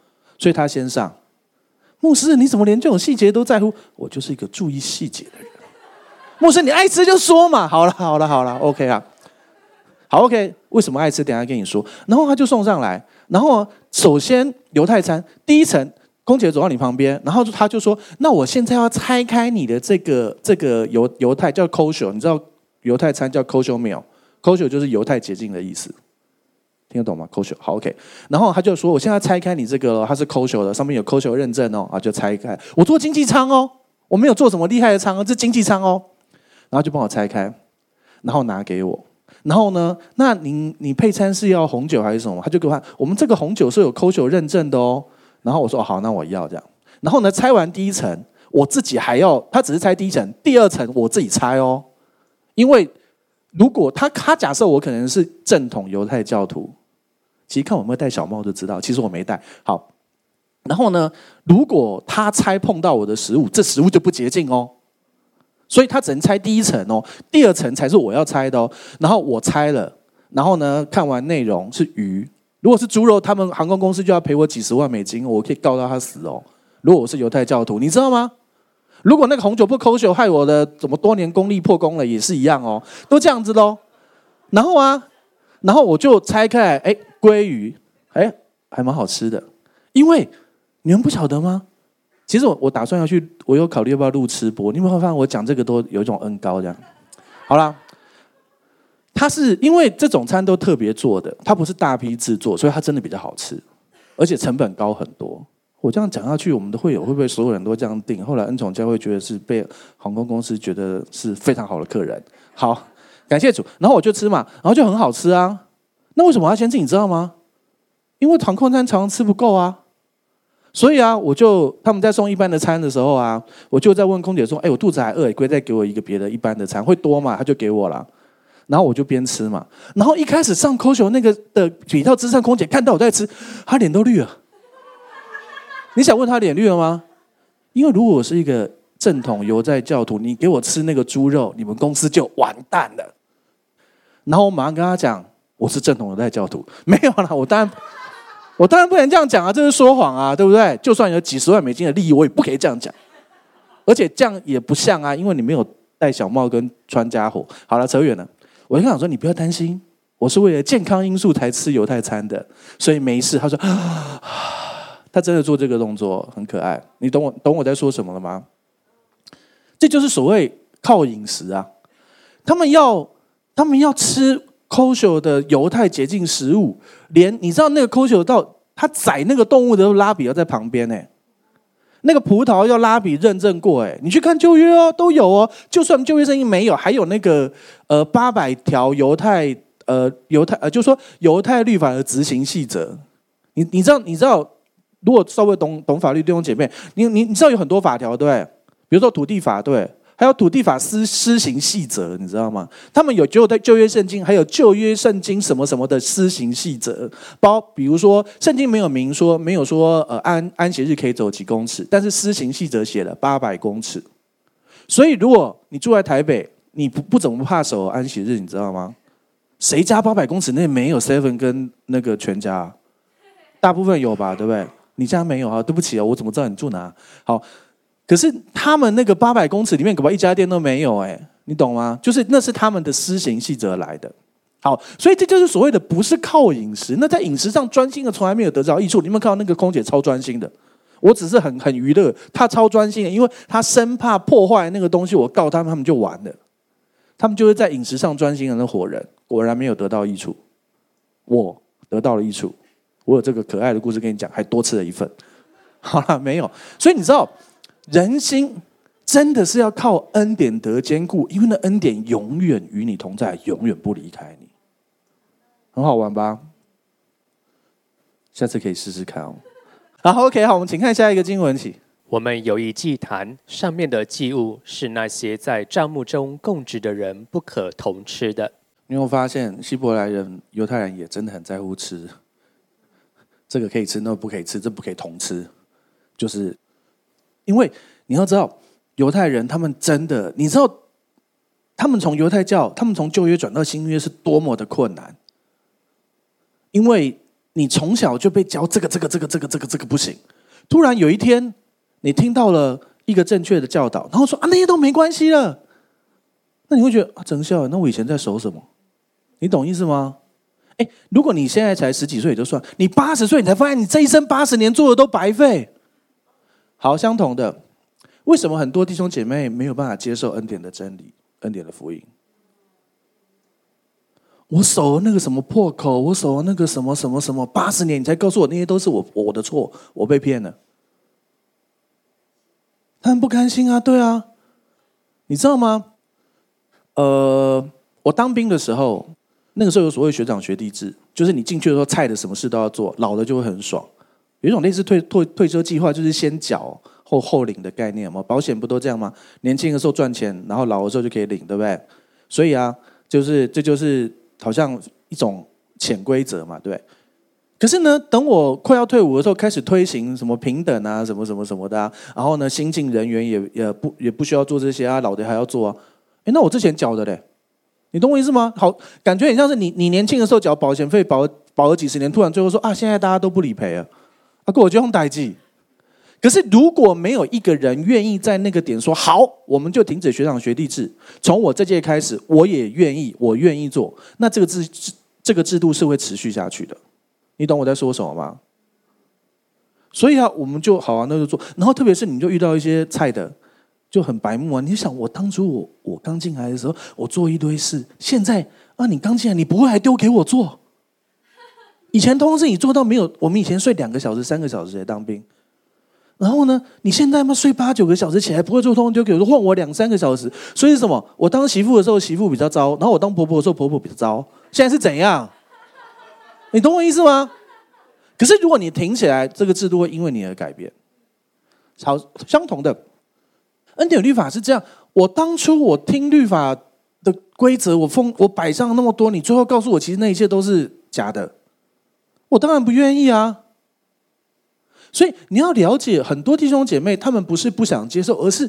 所以他先上。牧师，你怎么连这种细节都在乎？我就是一个注意细节的人。牧师，你爱吃就说嘛。好了 ，OK 啊。好 ，OK。为什么爱吃？等一下跟你说。然后他就送上来。然后首先犹太餐第一层，空姐走到你旁边，然后他就说：“那我现在要拆开你的这个犹太叫 kosher， 你知道犹太餐叫 kosher meal，kosher 就是犹太洁净的意思。”听得懂吗 ？kosher 好 OK， 然后他就说：“我现在拆开你这个，它是 kosher 的，上面有 kosher 认证哦。”啊，就拆开。我坐经济舱哦，我没有坐什么厉害的舱哦，这经济舱哦。然后就帮我拆开，然后拿给我。然后呢，那你配餐是要红酒还是什么？他就给我看，我们这个红酒是有 kosher 认证的哦。然后我说：“哦，好，那我要这样。”然后呢，拆完第一层，我自己还要，他只是拆第一层，第二层我自己拆哦，因为如果他假设我可能是正统犹太教徒。其实看我有没有戴小帽就知道，其实我没戴。好，然后呢，如果他拆碰到我的食物，这食物就不洁净哦。所以他只能拆第一层哦，第二层才是我要拆的哦。然后我拆了，然后呢，看完内容是鱼，如果是猪肉，他们航空公司就要赔我几十万美金，我可以告到他死哦。如果我是犹太教徒，你知道吗？如果那个红酒不kosher，害我的怎么多年功力破功了，也是一样哦，都这样子咯。然后我就拆开来，鲑鱼，还蛮好吃的。因为你们不晓得吗？其实我打算要去，我有考虑要不要录吃播。你有没有发现我讲这个都有一种恩高这样？好啦，它是因为这种餐都特别做的，它不是大批制作，所以它真的比较好吃，而且成本高很多。我这样讲下去，我们的会友会不会所有人都这样订？后来恩宠教会觉得是被航空公司觉得是非常好的客人。好，感谢主。然后我就吃嘛，然后就很好吃啊。那为什么我要先吃？你知道吗？因为航空餐常常吃不够啊，所以啊，他们在送一般的餐的时候啊，我就在问空姐说：“我肚子还饿，可以再给我一个别的一般的餐，会多嘛？”他就给我了，然后我就边吃嘛。然后一开始上 kosher 那个的比较资深空姐看到我在吃，她脸都绿了。你想问她脸绿了吗？因为如果我是一个正统犹太教徒，你给我吃那个猪肉，你们公司就完蛋了。然后我马上跟他讲。我是正统犹太教徒，没有啦，我当然不能这样讲啊，这是说谎啊，对不对？就算有几十万美金的利益，我也不可以这样讲，而且这样也不像啊，因为你没有戴小帽跟穿家伙。好了，扯远了。我就跟他说，你不要担心，我是为了健康因素才吃犹太餐的，所以没事。他说，他真的做这个动作很可爱，你懂我在说什么了吗？这就是所谓靠饮食啊，他们要吃。kosher 的犹太洁净食物，连你知道那个 kosher 到他宰那个动物的拉比要在旁边呢，那个葡萄要拉比认证过哎，你去看旧约哦，都有哦。就算旧约圣经没有，还有那个800条犹太就是说犹太律法的执行细则。你知道，如果稍微懂法律弟兄姐妹，你知道有很多法条对不对？比如说土地法对。还有土地法施行细则，你知道吗？他们有旧约圣经，还有旧约圣经什么什么的施行细则，比如说圣经没有说安息日可以走几公尺，但是施行细则写了800公尺。所以如果你住在台北，你不怎么怕守安息日，你知道吗？谁家800公尺内没有 Seven 跟那个全家？大部分有吧，对不对？你家没有啊？对不起啊，我怎么知道你住哪？好。可是他们那个800公尺里面，恐怕一家店都没有你懂吗？就是那是他们的施行细则来的。好，所以这就是所谓的不是靠饮食。那在饮食上专心的从来没有得着益处。你有没有看到那个空姐超专心的？我只是很娱乐，她超专心的，因为她生怕破坏那个东西，我告他们就完了。他们就是在饮食上专心的那伙人，果然没有得到益处。我得到了益处，我有这个可爱的故事跟你讲，还多吃了一份。好了，没有。所以你知道。人心真的是要靠恩典得坚固，因为那恩典永远与你同在，永远不离开你。很好玩吧？下次可以试试看哦。好 ，OK， 好，我们请看下一个经文起。 我们有一祭坛，上面的祭物是那些在帐幕中供职的人不可同吃的。 你有没有发现希伯来人、犹太人也真的很在乎吃？这个可以吃，那个不可以吃，这不可以同吃，就是。因为你要知道，犹太人他们真的，你知道，他们从犹太教，他们从旧约转到新约是多么的困难。因为你从小就被教这个不行，突然有一天你听到了一个正确的教导，然后说那些都没关系了，那你会觉得真笑，那我以前在守什么？你懂意思吗？如果你现在才10几岁也就算，你80岁你才发现你这一生80年做的都白费。好，相同的，为什么很多弟兄姐妹没有办法接受恩典的真理、恩典的福音？我守了那个什么破口，我守了那个什么什么什么80年，你才告诉我那些都是我的错，我被骗了。他很不甘心啊，对啊，你知道吗？我当兵的时候，那个时候有所谓学长学弟制，就是你进去的时候，菜的什么事都要做，老的就会很爽。有一种类似退休计划，就是先缴后领的概念嘛。保险不都这样吗？年轻的时候赚钱，然后老的时候就可以领，对不对？所以啊，这就是好像一种潜规则嘛，对。可是呢，等我快要退伍的时候，开始推行什么平等啊，什么什么什么的啊，然后呢，新进人员也不需要做这些啊，老的还要做啊。那我之前缴的嘞，你懂我意思吗？好，感觉很像是你年轻的时候缴保险费，保了几十年，突然最后说现在大家都不理赔了，我就用代记。可是如果没有一个人愿意在那个点说好，我们就停止学长学弟制，从我这届开始，我愿意做，那这个制度是会持续下去的。你懂我在说什么吗？所以我们就好那就做。然后特别是你就遇到一些菜的，就很白目啊！你想我当初我刚进来的时候，我做一堆事，现在你刚进来，你不会还丢给我做？以前通常是你做到没有，我们以前睡2个小时、3个小时才当兵，然后呢，你现在睡8、9个小时起来不会做，通常丢给我，换我2、3个小时。所以是什么？我当媳妇的时候，媳妇比较糟；然后我当婆婆的时候，婆婆比较糟。现在是怎样？你懂我意思吗？可是如果你停起来，这个制度会因为你而改变。好，相同的，恩典律法是这样。我当初我听律法的规则，我摆上那么多，你最后告诉我，其实那一切都是假的，我当然不愿意啊。所以你要了解，很多弟兄姐妹他们不是不想接受，而是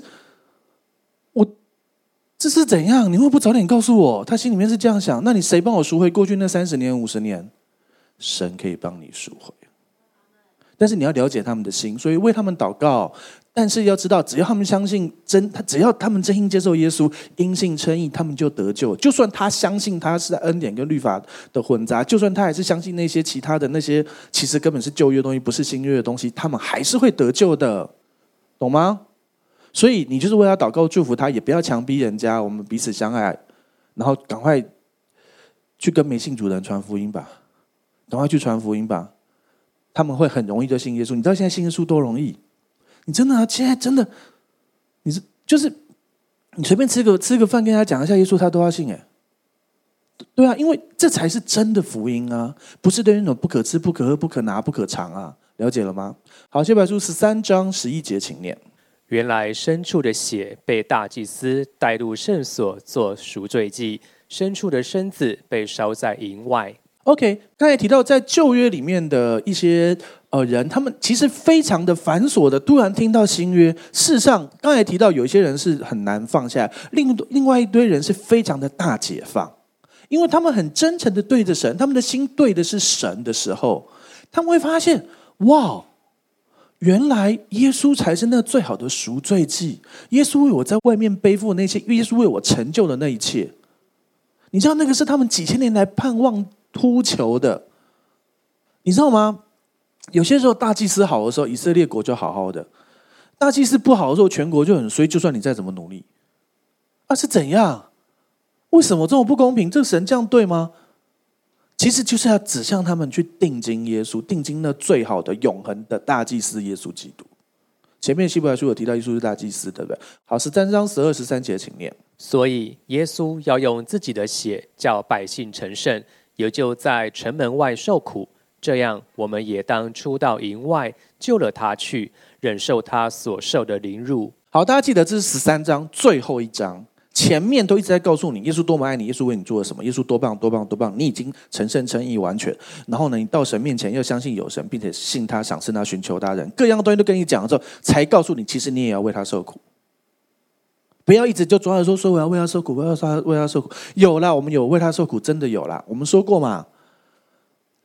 这是怎样？你会不早点告诉我？他心里面是这样想，那你谁帮我赎回过去那30年、50年？神可以帮你赎回，但是你要了解他们的心，所以为他们祷告。但是要知道，只要他们相信只要他们真心接受耶稣，因信称义，他们就得救。就算他相信他是在恩典跟律法的混杂，就算他还是相信那些其他的那些其实根本是旧约的东西，不是新约的东西，他们还是会得救的，懂吗？所以你就是为他祷告祝福他，也不要强逼人家，我们彼此相爱，然后赶快去跟没信主的人传福音吧。赶快去传福音吧，他们会很容易就信耶稣。你知道现在信耶稣多容易？你真的现在真的，就是你随便吃个饭，跟他讲一下耶稣，他都要信对啊，因为这才是真的福音啊，不是对那种不可吃、不可喝、不可拿、不可尝啊，了解了吗？好，希伯来书13章11节，请念。 原来牲畜的血被大祭司带入圣所做赎罪祭，牲畜的身子被烧在营外。 OK， 刚才提到在旧约里面的一些人，他们其实非常的繁琐的，突然听到新约。事实上，刚才提到有一些人是很难放下，另外一堆人是非常的大解放，因为他们很真诚的对着神，他们的心对的是神的时候，他们会发现，哇，原来耶稣才是那最好的赎罪祭。耶稣为我在外面背负那些，耶稣为我成就的那一切，你知道那个是他们几千年来盼望呼求的，你知道吗？有些时候大祭司好的时候，以色列国就好好的；大祭司不好的时候，全国就很衰。就算你再怎么努力，是怎样？为什么这么不公平？这个神这样对吗？其实就是要指向他们去定睛耶稣，定睛那最好的永恒的大祭司耶稣基督。前面希伯来书有提到耶稣是大祭司，对不对？好，13章12、13节，请念。 所以耶稣要用自己的血叫百姓成圣，也就在城门外受苦，这样我们也当出到营外，救了他去，忍受他所受的凌辱。 好，大家记得这是13章最后一章，前面都一直在告诉你耶稣多么爱你，耶稣为你做了什么，耶稣多棒多棒多棒，你已经成圣称义完全。然后呢，你到神面前要相信有神，并且信他、赏赐他、寻求他人，各样东西都跟你讲了之后，才告诉你，其实你也要为他受苦。不要一直就抓着说我要为他受苦，我要为他受苦。有啦，我们有为他受苦，真的有啦。我们说过嘛，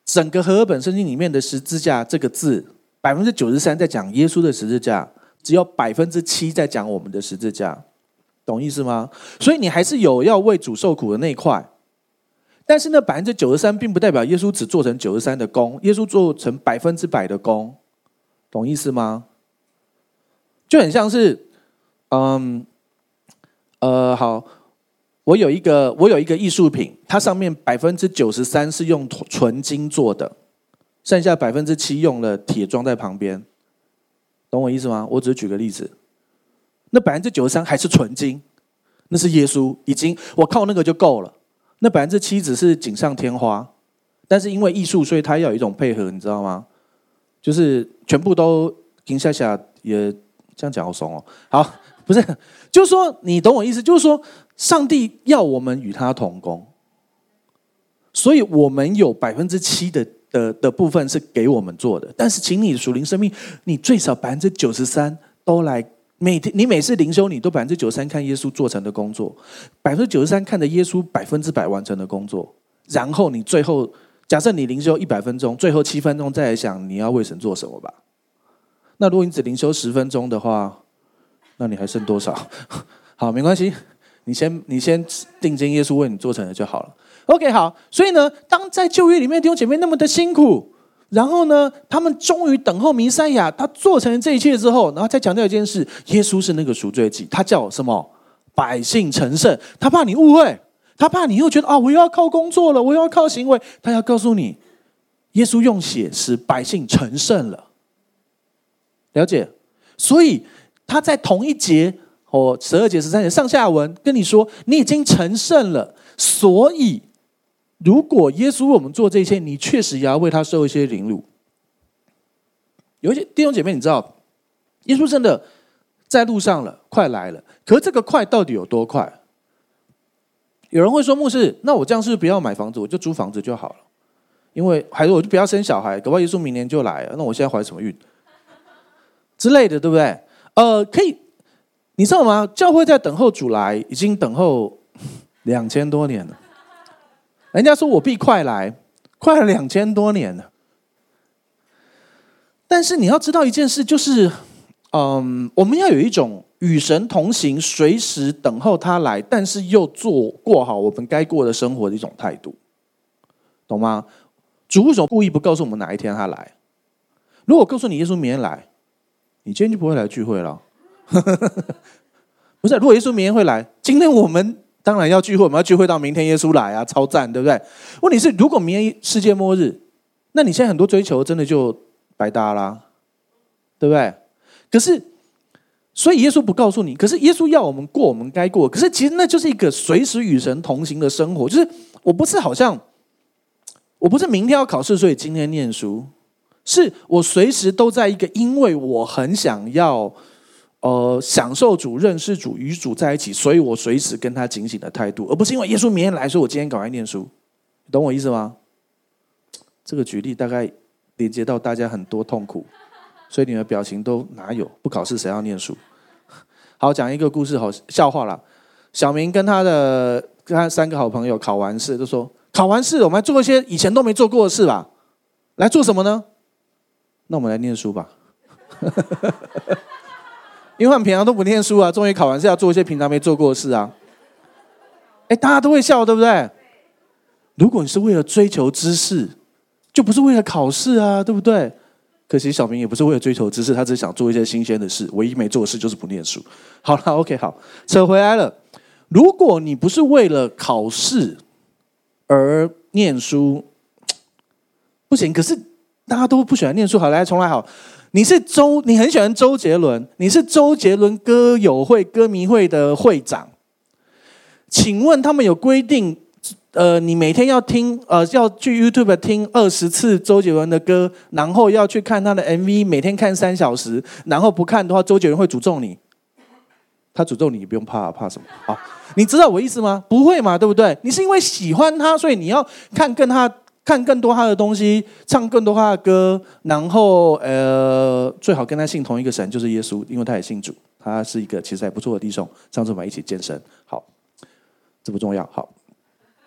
整个和合本圣经里面的十字架这个字，93%在讲耶稣的十字架，只有7%在讲我们的十字架，懂意思吗？所以你还是有要为主受苦的那一块，但是那93%并不代表耶稣只做成93%的功，耶稣做成100%的功，懂意思吗？就很像是，好，我有一个艺术品，它上面93%是用纯金做的，剩下7%用了铁装在旁边，懂我意思吗？我只是举个例子，那93%还是纯金，那是耶稣，已经我靠那个就够了。那7%只是锦上添花，但是因为艺术，所以它要有一种配合，你知道吗？就是全部都停下也这样讲好怂哦。好，不是，就是说你懂我意思，就是说上帝要我们与他同工，所以我们有7%的部分是给我们做的，但是请你的属灵生命，你最少93%都来。你每次灵修，你都93%看耶稣做成的工作，93%看着耶稣100%完成的工作，然后你最后假设你灵修100分钟，最后7分钟再来想你要为神做什么吧。那如果你只灵修10分钟的话，那你还剩多少？好，没关系，你先定睛耶稣为你做成的就好了。OK， 好，所以呢，当在旧约里面弟兄姐妹那么的辛苦。然后呢，他们终于等候弥赛亚，他做成这一切之后，然后再强调一件事：耶稣是那个赎罪祭，他叫什么？百姓成圣。他怕你误会，他怕你又觉得我又要靠工作了，我又要靠行为。他要告诉你，耶稣用血使百姓成圣了。了解？所以他在同一节12节、13节上下文跟你说，你已经成圣了，所以。如果耶稣为我们做这些，你确实也要为他受一些凌辱。有一些弟兄姐妹，你知道，耶稣真的在路上了，快来了。可是这个快到底有多快？有人会说，牧师，那我这样是不是不要买房子，我就租房子就好了？因为还是我就不要生小孩，搞不好耶稣明年就来了，那我现在怀什么孕之类的，对不对？可以，你知道吗？教会在等候主来，已经等候2000多年了。人家说我必快来，快了2000多年了。但是你要知道一件事，就是我们要有一种与神同行，随时等候他来，但是又过好我们该过的生活的一种态度，懂吗？主为什么故意不告诉我们哪一天他来？如果告诉你耶稣明天来，你今天就不会来聚会了。不是，如果耶稣明天会来，今天我们当然要聚会，我们要聚会到明天耶稣来啊，超赞，对不对？问题是，如果明天世界末日，那你现在很多追求真的就白搭啦，对不对？可是，所以耶稣不告诉你，可是耶稣要我们过我们该过，可是其实那就是一个随时与神同行的生活。就是我不是明天要考试，所以今天念书，是我随时都在一个，因为我很想要。享受主、认识主、与主在一起，所以我随时跟他警醒的态度，而不是因为耶稣明天来说我今天赶快念书，你懂我意思吗？这个举例大概连接到大家很多痛苦，所以你们的表情都哪有？不考试谁要念书？好，讲一个故事，好笑话啦。小明跟他3个好朋友考完试，就说考完试我们来做一些以前都没做过的事吧。来做什么呢？那我们来念书吧。因为他们平常都不念书啊，终于考完试要做一些平常没做过的事啊。大家都会笑，对不对？如果你是为了追求知识，就不是为了考试啊，对不对？可惜小明也不是为了追求知识，他只是想做一些新鲜的事，唯一没做的事就是不念书。好了 ，OK， 好，扯回来了。如果你不是为了考试而念书，不行。可是大家都不喜欢念书，好，来重来好。你很喜欢周杰伦，你是周杰伦歌友会、歌迷会的会长，请问他们有规定，你每天要听，要去 YouTube 听20次周杰伦的歌，然后要去看他的 MV， 每天看3小时，然后不看的话，周杰伦会诅咒你。他诅咒你，你不用怕，怕什么？好，你知道我意思吗？不会嘛，对不对？你是因为喜欢他，所以你要看更多他的东西，唱更多他的歌，然后最好跟他信同一个神，就是耶稣，因为他也信主，他是一个其实还不错的弟兄。上次我们一起健身，好，这不重要。好，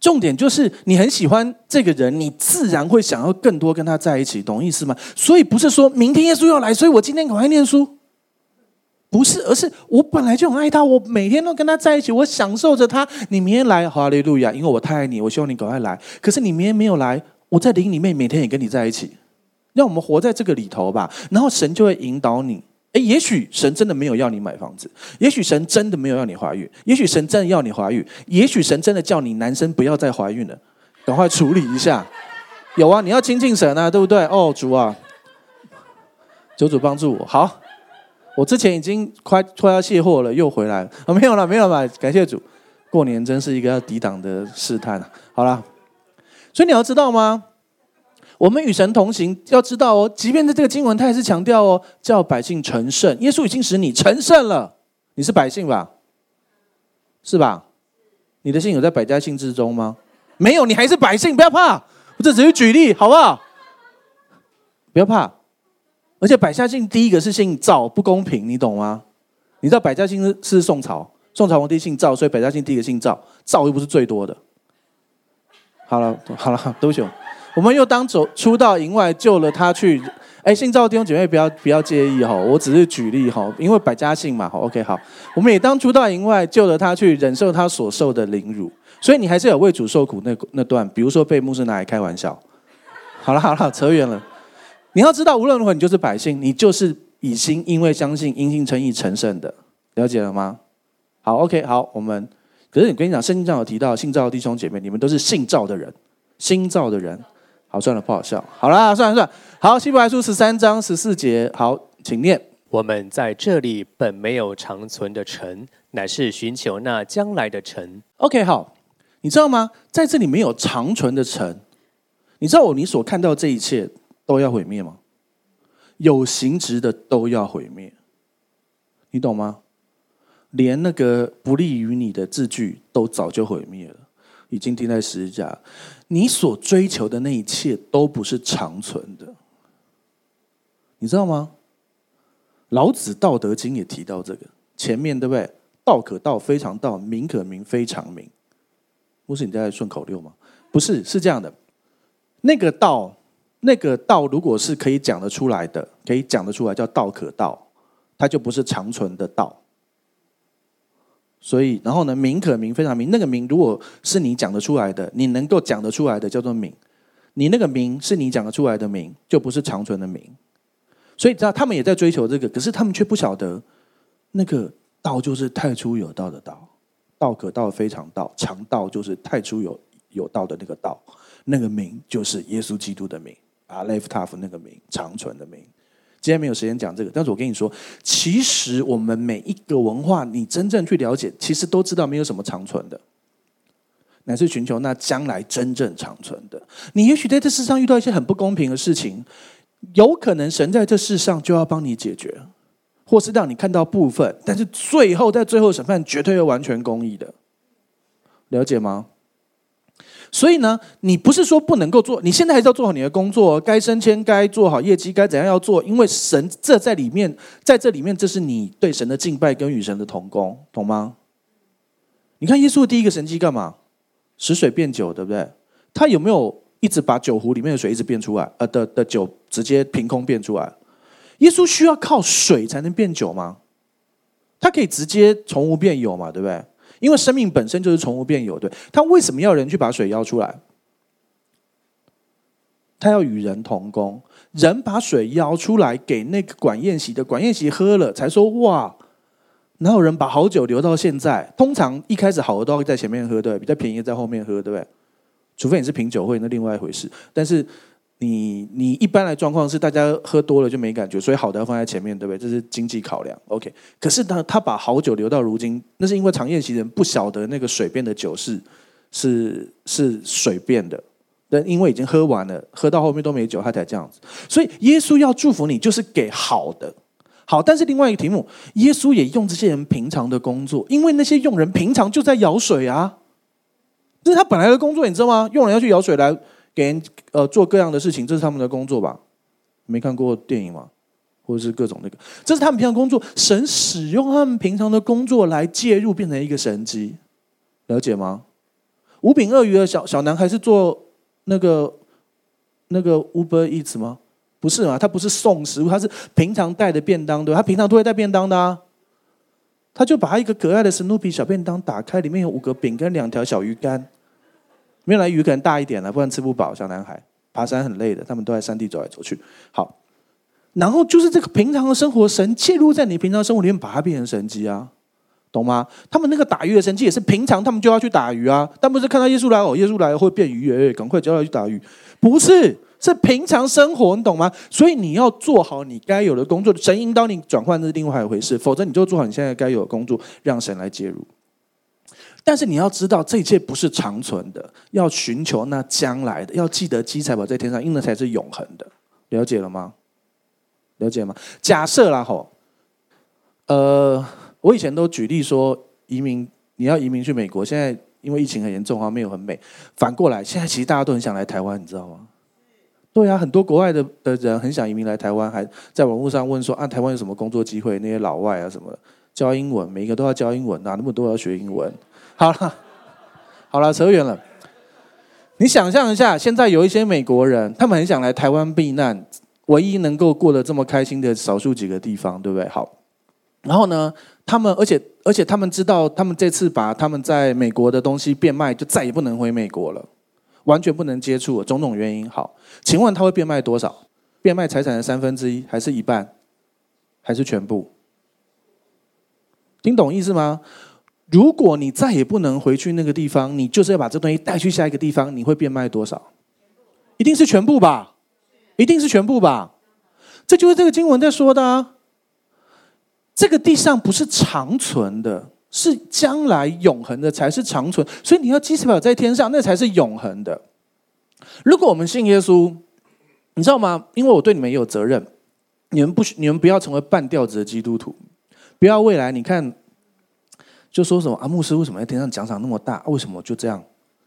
重点就是你很喜欢这个人，你自然会想要更多跟他在一起，懂意思吗？所以不是说明天耶稣要来，所以我今天赶快念书，不是，而是我本来就很爱他，我每天都跟他在一起，我享受着他。你明天来，哈利路亚，因为我太爱你，我希望你赶快来。可是你明天没有来，我在灵里面每天也跟你在一起，让我们活在这个里头吧。然后神就会引导你。也许神真的没有要你买房子，也许神真的没有要你怀孕，也许神真的要你怀孕，也许神真的叫你男生不要再怀孕了，赶快处理一下。有啊，你要亲近神啊，对不对？哦，主啊，求主帮助我。好，我之前已经快要卸货了，又回来了。没有了，感谢主。过年真是一个要抵挡的试探啊。好啦，所以你要知道吗？我们与神同行，要知道哦，即便在这个经文，他还是强调哦，叫百姓成圣。耶稣已经使你成圣了，你是百姓吧？是吧？你的姓有在百家姓之中吗？没有，你还是百姓，不要怕。我这只是举例，好不好？不要怕。而且百家姓第一个是姓赵，不公平，你懂吗？你知道百家姓是宋朝皇帝姓赵，所以百家姓第一个姓赵，赵又不是最多的。好了，对不起。我们又当出到营外救了他去，姓赵弟兄姐妹不要介意哈，我只是举例哈，因为百家姓嘛，好 OK 好，我们也当出到营外救了他去忍受他所受的凌辱，所以你还是有为主受苦那段，比如说被牧师拿来开玩笑。好了，扯远了。你要知道，无论如何你就是百姓，你就是以心因为相信因信称义成圣的，了解了吗？好 OK 好，可是你跟你讲，圣经上有提到信召的弟兄姐妹，你们都是信召的人，新造的人。好，算了，不好笑。好啦，算了。好，希伯来书13章14节，好，请念。 我们在这里本没有长存的城，乃是寻求那将来的城。 OK， 好，你知道吗？在这里没有长存的城，你知道你所看到这一切都要毁灭吗？有形质的都要毁灭，你懂吗？连那个不利于你的字句都早就毁灭了。已经钉在十字架，你所追求的那一切都不是长存的，你知道吗？老子《道德经》也提到这个，前面对不对？道可道，非常道；名可名，非常名。不是你在顺口溜吗？不是，是这样的。那个道，如果是可以讲得出来的，叫道可道，它就不是长存的道。所以，然后呢？名可名，非常名。那个名，如果是你讲得出来的，你能够讲得出来的，叫做名。你那个名是你讲得出来的名，就不是长存的名。所以，他们也在追求这个，可是他们却不晓得，那个道就是太初有道的道，道可道，非常道，常道就是太初有道的那个道，那个名就是耶稣基督的名，阿勒夫塔夫那个名，长存的名。今天没有时间讲这个，但是我跟你说，其实我们每一个文化，你真正去了解，其实都知道没有什么长存的，乃是寻求那将来真正长存的。你也许在这世上遇到一些很不公平的事情，有可能神在这世上就要帮你解决，或是让你看到部分，但是在最后审判绝对会完全公义的，了解吗？所以呢，你不是说不能够做，你现在还是要做好你的工作，该升迁，该做好业绩，该怎样要做，因为神在这里面，这是你对神的敬拜跟与神的同工，懂吗？你看耶稣的第一个神迹干嘛？使水变酒，对不对？他有没有一直把酒壶里面的水一直变出来，的酒直接凭空变出来？耶稣需要靠水才能变酒吗？他可以直接从无变有嘛，对不对？因为生命本身就是从无变有，对，他为什么要人去把水舀出来？他要与人同工，人把水舀出来给那个管宴席的，管宴席喝了，才说哇，哪有人把好酒留到现在？通常一开始好的都要在前面喝，对，比较便宜在后面喝，对不对？除非你是品酒会，那另外一回事。但是你一般的状况是大家喝多了就没感觉，所以好的要放在前面，对不对？这是经济考量 ，OK。可是他把好酒留到如今，那是因为常宴席人不晓得那个水变的酒是水变的，但因为已经喝完了，喝到后面都没酒，他才这样子。所以耶稣要祝福你，就是给好的。好，但是另外一个题目，耶稣也用这些人平常的工作，因为那些佣人平常就在舀水啊，这是他本来的工作，你知道吗？佣人要去舀水来给人做各样的事情，这是他们的工作吧？没看过电影吗？或者是各种那个，这是他们平常工作。神使用他们平常的工作来介入，变成一个神迹，了解吗？ 五饼二鱼的小男孩是做那个 Uber Eats 吗？不是嘛，他不是送食物，他是平常带的便当，对吧？他平常都会带便当的啊。他就把他一个可爱的史努比小便当打开，里面有5个饼跟2条小鱼干。原来鱼可能大一点了，不然吃不饱。小男孩爬山很累的，他们都在山地走来走去。好，然后就是这个平常的生活，神介入在你平常生活里面，把它变成神迹啊，懂吗？他们那个打鱼的神迹也是平常他们就要去打鱼啊，但不是看到耶稣来哦，耶稣来会变鱼，赶快叫他去打鱼，不是。是平常生活，你懂吗？所以你要做好你该有的工作，神引导你转换，这是另外一回事，否则你就做好你现在该有的工作，让神来介入。但是你要知道，这一切不是长存的，要寻求那将来的，要记得积财宝在天上，因为那才是永恒的。了解了吗？了解吗？假设啦吼，我以前都举例说，你要移民去美国，现在因为疫情很严重啊，没有很美。反过来，现在其实大家都很想来台湾，你知道吗？对啊，很多国外的人很想移民来台湾，还在网络上问说台湾有什么工作机会？那些老外啊什么的，教英文，每一个都要教英文，哪那么多要学英文？好了，扯远了。你想象一下，现在有一些美国人，他们很想来台湾避难，唯一能够过得这么开心的少数几个地方，对不对？好，然后呢，他们而且他们知道，他们这次把他们在美国的东西变卖，就再也不能回美国了。完全不能接触，种种原因。好，请问他会变卖多少？变卖财产的1/3，还是一半，还是全部？听懂意思吗？如果你再也不能回去那个地方，你就是要把这东西带去下一个地方，你会变卖多少？一定是全部吧？一定是全部吧？这就是这个经文在说的啊。这个地上不是长存的，是将来永恒的才是长存，所以你要积财宝在天上，那才是永恒的。如果我们信耶稣，你知道吗？因为我对你们也有责任，你们不要成为半吊子的基督徒，不要未来你看就说什么牧师为什么在天上奖赏那么大？为什么就这样？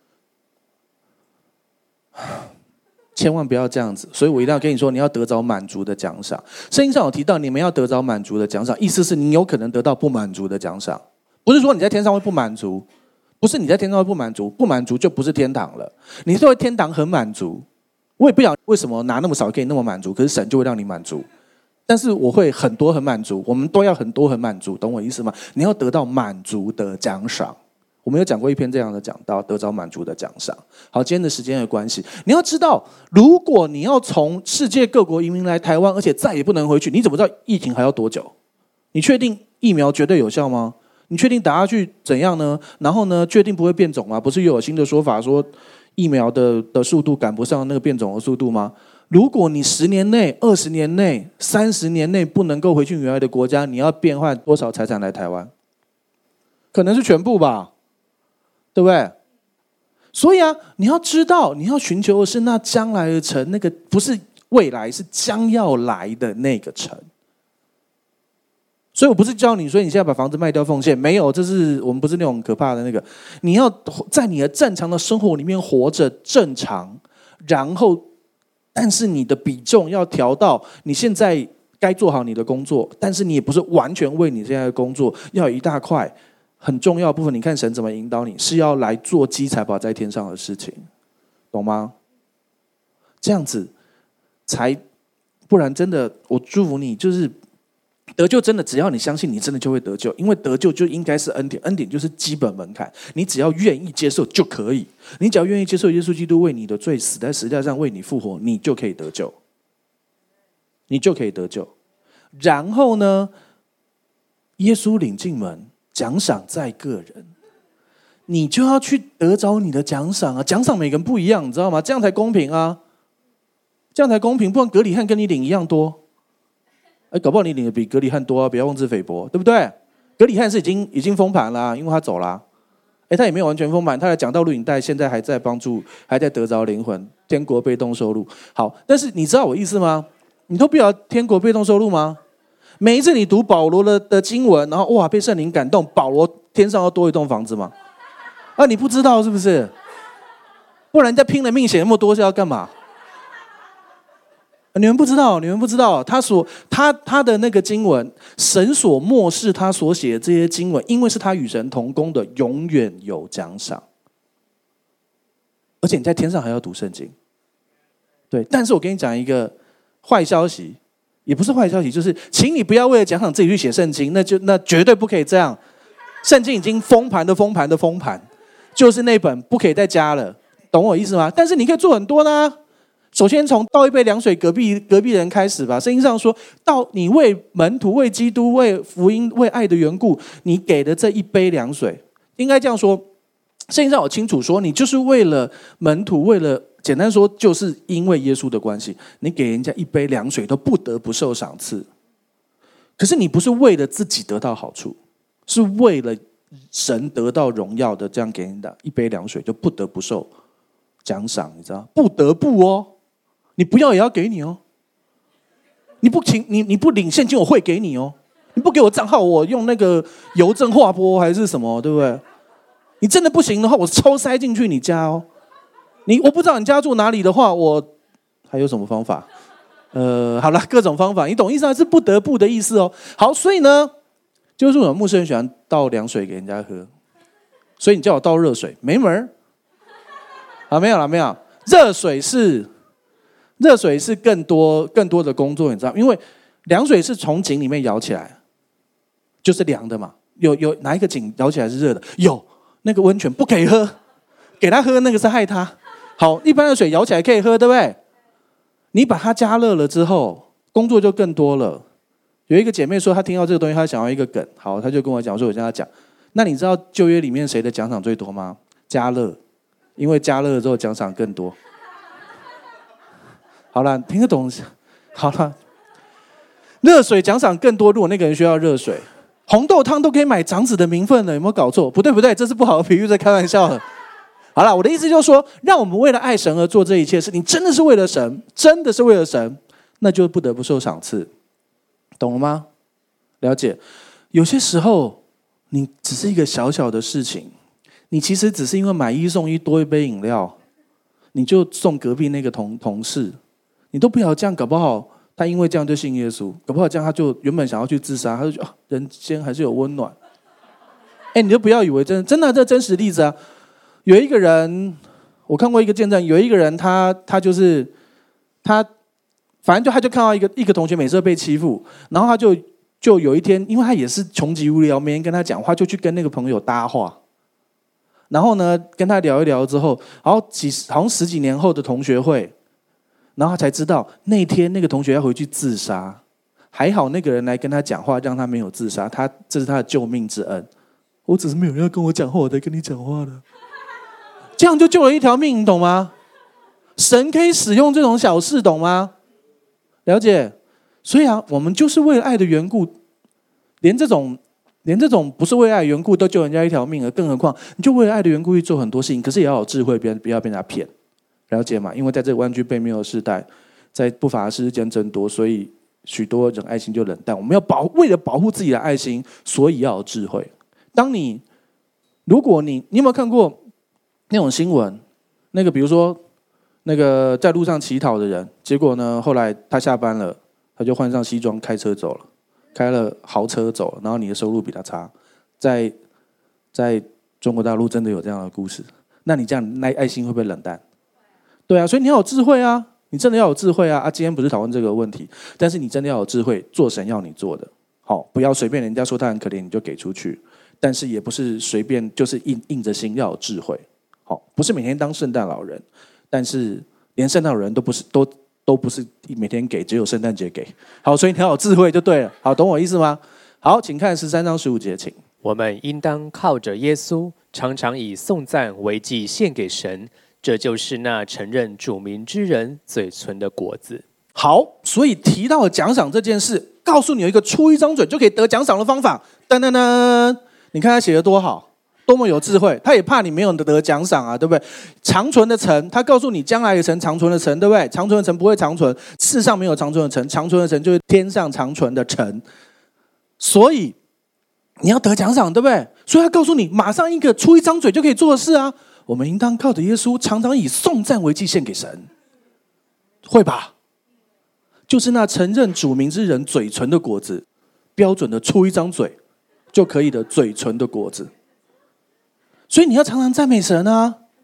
千万不要这样子，所以我一定要跟你说，你要得着满足的奖赏。圣经上有提到，你们要得着满足的奖赏，意思是你有可能得到不满足的奖赏。不是说你在天上会不满足，不是你在天上会不满足，不满足就不是天堂了。你是会天堂很满足，我也不晓得为什么拿那么少给你那么满足，可是神就会让你满足。但是我会很多很满足，我们都要很多很满足，懂我意思吗？你要得到满足的奖赏。我们有讲过一篇这样的讲道，得着满足的奖赏。好，今天的时间的关系，你要知道，如果你要从世界各国移民来台湾，而且再也不能回去，你怎么知道疫情还要多久？你确定疫苗绝对有效吗？你确定打下去怎样呢？然后呢，确定不会变种吗？不是又有新的说法说疫苗的速度赶不上那个变种的速度吗？如果你10年内、20年内、30年内不能够回去原来的国家，你要变换多少财产来台湾？可能是全部吧，对不对？所以啊，你要知道，你要寻求的是那将来的城，那个不是未来，是将要来的那个城。所以我不是教你，所以你现在把房子卖掉奉献，没有，这是我们不是那种可怕的那个。你要在你的正常的生活里面活着正常，然后，但是你的比重要调到你现在该做好你的工作，但是你也不是完全为你现在的工作，要有一大块很重要的部分。你看神怎么引导你，是要来做积财宝在天上的事情，懂吗？这样子才，不然真的，我祝福你，就是得救真的，只要你相信，你真的就会得救。因为得救就应该是恩典，恩典就是基本门槛，你只要愿意接受就可以。你只要愿意接受耶稣基督为你的罪死在十字架上，为你复活，你就可以得救，你就可以得救。然后呢，耶稣领进门，奖赏在个人，你就要去得着你的奖赏啊！奖赏每个人不一样，你知道吗？这样才公平啊，这样才公平，不然格里汉跟你领一样多。搞不好你领的比格里汉多啊！不要妄自菲薄，对不对？格里汉是已经封盘了，因为他走了。他也没有完全封盘，他的讲道录影带现在还在帮助，还在得着灵魂，天国被动收入。好，但是你知道我意思吗？你都不要天国被动收入吗？每一次你读保罗的经文，然后哇被圣灵感动，保罗天上要多一栋房子吗？你不知道是不是？不然人家拼了命写那么多是要干嘛？你们不知道，他的那个经文，神所默示他所写的这些经文，因为是他与神同工的，永远有奖赏。 而且你在天上还要读圣经。对，但是我跟你讲一个坏消息，也不是坏消息，就是请你不要为了奖赏自己去写圣经，那绝对不可以这样。圣经已经封盘，就是那本不可以再加了，懂我意思吗？但是你可以做很多呢。首先从倒一杯凉水隔壁人开始吧。圣经上说，到你为门徒、为基督、为福音、为爱的缘故，你给的这一杯凉水，应该这样说。圣经上有清楚说，你就是为了门徒，为了简单说，就是因为耶稣的关系，你给人家一杯凉水都不得不受赏赐。可是你不是为了自己得到好处，是为了神得到荣耀的，这样给人家一杯凉水就不得不受奖赏，你知道？不得不哦。你不要也要给你哦，你不领现金我会给你哦，你不给我账号我用那个邮政划拨还是什么，对不对？你真的不行的话，我抽塞进去你家哦。我不知道你家住哪里的话，我还有什么方法？好了，各种方法，你懂意思吗？是不得不的意思哦。好，所以呢，就是我们牧师很喜欢倒凉水给人家喝，所以你叫我倒热水，没门儿。好，没有了，没有。热水是更多的工作，你知道，因为凉水是从井里面舀起来，就是凉的嘛。有哪一个井舀起来是热的？有，那个温泉不可以喝，给他喝那个是害他。好，一般的水舀起来可以喝，对不对？你把它加热了之后，工作就更多了。有一个姐妹说，她听到这个东西，她想要一个梗，好，她就跟我讲说，我跟她讲，那你知道旧约里面谁的奖赏最多吗？加热，因为加热了之后奖赏更多。好了，听得懂。好了，热水奖赏更多。如果那个人需要热水，红豆汤都可以买长子的名分了，有没有搞错？不对，这是不好的比喻，在开玩笑的。好了，我的意思就是说，让我们为了爱神而做这一切事，你真的是为了神，那就不得不受赏赐，懂了吗？了解。有些时候，你只是一个小小的事情，你其实只是因为买1送1多一杯饮料，你就送隔壁那个同事。你都不要这样，搞不好他因为这样就信耶稣，搞不好这样他就原本想要去自杀，他就觉得人间还是有温暖。你就不要以为真的，这真实例子啊。有一个人，我看过一个见证，有一个人他就是他，反正他就看到一个同学每次都被欺负，然后他就有一天，因为他也是穷极无聊，没人跟他讲话，就去跟那个朋友搭话。然后呢，跟他聊一聊之后，好像10几年后的同学会。然后他才知道那天那个同学要回去自杀，还好那个人来跟他讲话，让他没有自杀，这是他的救命之恩。我只是没有人要跟我讲话，我才跟你讲话的，这样就救了一条命，你懂吗？神可以使用这种小事，懂吗？了解？所以我们就是为了爱的缘故，连这种不是为了爱的缘故都救人家一条命了，更何况你就为了爱的缘故去做很多事情，可是也要有智慧，不要被人家骗。了解吗？因为在这个弯曲悖谬的时代，在不法的事件增多，所以许多人爱心就冷淡。我们要为了保护自己的爱心，所以要有智慧。如果你有没有看过那种新闻？那个比如说那个在路上乞讨的人，结果呢后来他下班了，他就换上西装开车走了，开了豪车走了，然后你的收入比他差。在中国大陆真的有这样的故事，那你这样爱心会不会冷淡？对啊，所以你要有智慧啊，你真的要有智慧啊！今天不是讨论这个问题，但是你真的要有智慧，做神要你做的。好，不要随便人家说他很可怜你就给出去，但是也不是随便就是硬着心，要有智慧。好，不是每天当圣诞老人，但是连圣诞老人都不是每天给，只有圣诞节给。好，所以你要有智慧就对了。好，懂我意思吗？好，请看13章15节，请。 我们应当靠着耶稣，常常以颂赞为祭献给神。这就是那承认主名之人嘴唇的果子。 好，所以提到奖赏这件事，告诉你有一个出一张嘴就可以得奖赏的方法。噔噔噔，你看他写的多好，多么有智慧。他也怕你没有得奖赏啊，对不对？长存的城，他告诉你将来的城，长存的城，对不对？长存的城不会长存，世上没有长存的城，长存的城就是天上长存的城。所以你要得奖赏，对不对？所以他告诉你，马上一个出一张嘴就可以做的事啊。我们应当靠着耶稣，常常以颂赞为祭献给神，会吧？就是那承认主名之人嘴唇的果子，标准的出一张嘴就可以的嘴唇的果子。所以你要常常赞美神啊，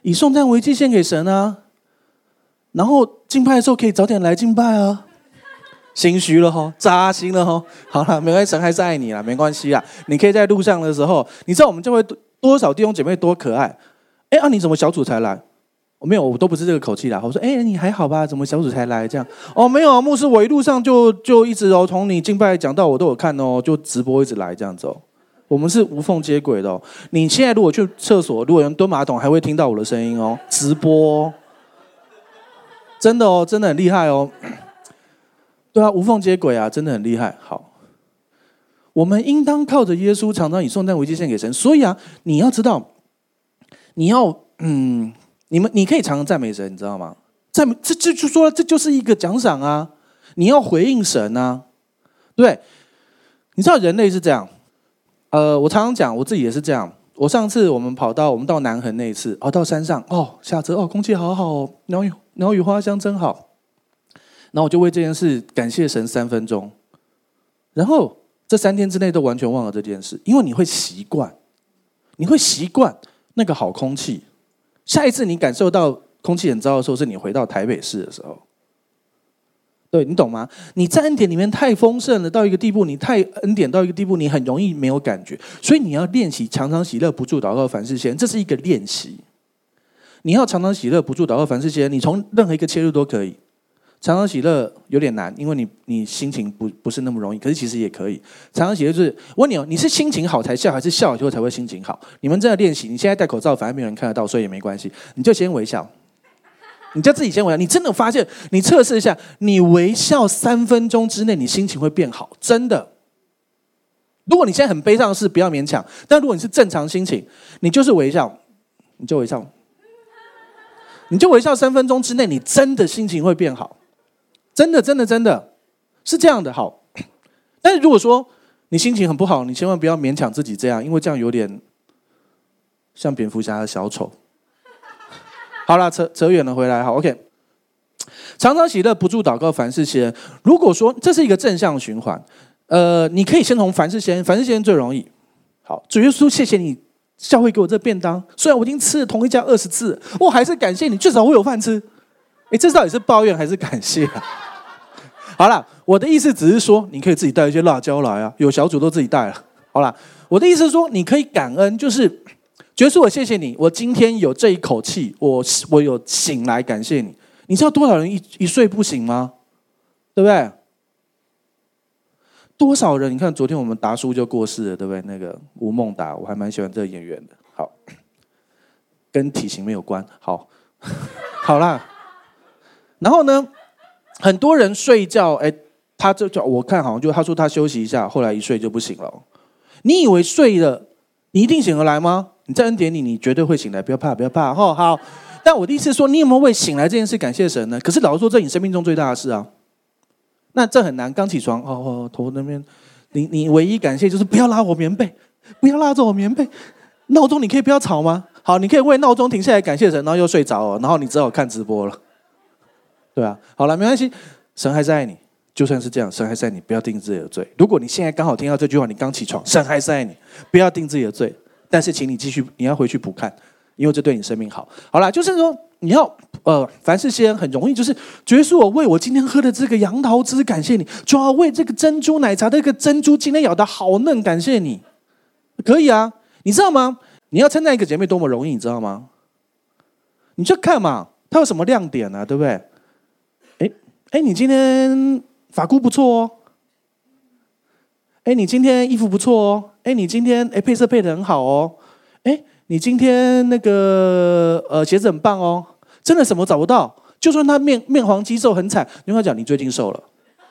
以颂赞为祭献给神啊，然后敬拜的时候可以早点来敬拜啊。心虚了吼，扎心了吼。好了，没关系，神还是爱你啦，没关系啦。你可以在路上的时候，你知道我们教会多少弟兄姐妹多可爱。你怎么小组才来？没有，我都不是这个口气啦。我说，你还好吧？怎么小组才来？这样没有，牧师，我一路上就一直从你敬拜讲到我都有看哦，就直播一直来这样子哦。我们是无缝接轨的哦。你现在如果去厕所，如果有人蹲马桶，还会听到我的声音哦，直播哦，真的哦，真的很厉害哦。对啊，无缝接轨啊，真的很厉害。好，我们应当靠着耶稣，常常以颂赞为祭献给神。所以啊，你要知道，你要你可以常常赞美神，你知道吗？赞美这就说这就是一个奖赏啊！你要回应神啊，对不对？你知道人类是这样，我常常讲，我自己也是这样。我上次我们到南横那一次，到山上下车空气好好哦，鸟语花香真好。然后我就为这件事感谢神3分钟，然后这3天之内都完全忘了这件事，因为你会习惯那个好空气。下一次你感受到空气很糟的时候，是你回到台北市的时候。对，你懂吗？你在恩典里面太丰盛了，到一个地步，你太恩典到一个地步，你很容易没有感觉。所以你要练习常常喜乐，不住祷告，凡事谢恩，这是一个练习。你要常常喜乐，不住祷告，凡事谢恩，你从任何一个切入都可以。常常喜乐有点难，因为你心情不是那么容易，可是其实也可以。常常喜乐就是我问你你是心情好才笑，还是笑以后才会心情好？你们真的练习，你现在戴口罩，反正没有人看得到，所以也没关系，你就先微笑，你就自己先微笑。你真的发现，你测试一下，你微笑3分钟之内，你心情会变好，真的。如果你现在很悲伤的事，不要勉强；但如果你是正常心情，你就是微笑，你就微笑3分钟之内，你真的心情会变好。真的是这样的。好，但是如果说你心情很不好，你千万不要勉强自己这样，因为这样有点像蝙蝠侠的小丑。好啦，扯远了，回来。好 ，OK。常常喜乐，不住祷告，凡事谢恩。如果说这是一个正向循环，你可以先从凡事谢恩，凡事谢恩最容易。好，主耶稣，谢谢你教会给我这便当，虽然我已经吃了同一家20次，我还是感谢你，至少我有饭吃。这到底是抱怨还是感谢啊？好啦，我的意思只是说，你可以自己带一些辣椒来啊，有小组都自己带了。好啦，我的意思是说，你可以感恩，就是耶稣，我谢谢你，我今天有这一口气，我有醒来，感谢你。你知道多少人一睡不醒吗？对不对？多少人？你看昨天我们达叔就过世了，对不对？那个吴孟达，我还蛮喜欢这个演员的。好，跟体型没有关。好啦。然后呢，很多人睡觉，他我看好像就他说他休息一下，后来一睡就不醒了。你以为睡了，你一定醒得来吗？你在恩典里，你绝对会醒来，不要怕，不要怕。好。但我的意思是说，你有没有为醒来这件事感谢神呢？可是老实说，这是你生命中最大的事啊。那这很难，刚起床，头那边，你唯一感谢就是不要拉我棉被，不要拉着我棉被。闹钟你可以不要吵吗？好，你可以为闹钟停下来感谢神，然后又睡着了，然后你只好看直播了。对啊，好了，没关系，神还是爱你。就算是这样，神还是爱你，不要定自己的罪。如果你现在刚好听到这句话，你刚起床，神还是爱你，不要定自己的罪。但是请你继续，你要回去补看，因为这对你生命好。好啦，就是说你要凡事谢恩很容易，就是主耶稣，我为我今天喝的这个杨桃汁感谢你，主要为这个珍珠奶茶这个珍珠今天咬的好嫩感谢你。可以啊，你知道吗？你要称赞一个姐妹多么容易，你知道吗？你就看嘛，她有什么亮点啊，对不对？你今天发箍不错哦。你今天衣服不错哦。你今天配色配得很好哦。你今天那个鞋子很棒哦。真的什么找不到，就算他面黄肌瘦很惨，你跟他讲你最近瘦了，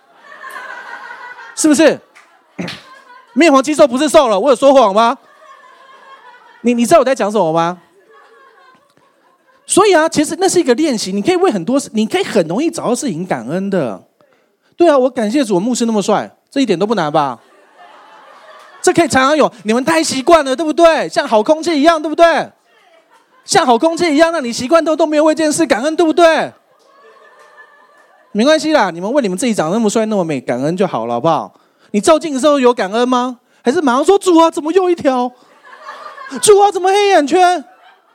是不是？面黄肌瘦不是瘦了，我有说谎吗？你知道我在讲什么吗？所以啊，其实那是一个练习，你可以为很多事，你可以很容易找到事情感恩的。对啊，我感谢主，我牧师那么帅，这一点都不难吧？这可以常常有，你们太习惯了，对不对？像好空气一样，对不对？像好空气一样，让你习惯都没有为这件事感恩，对不对？没关系啦，你们为你们自己长得那么帅那么美感恩就好了，好不好？你照镜的时候有感恩吗？还是马上说主啊，怎么又一条？主啊，怎么黑眼圈？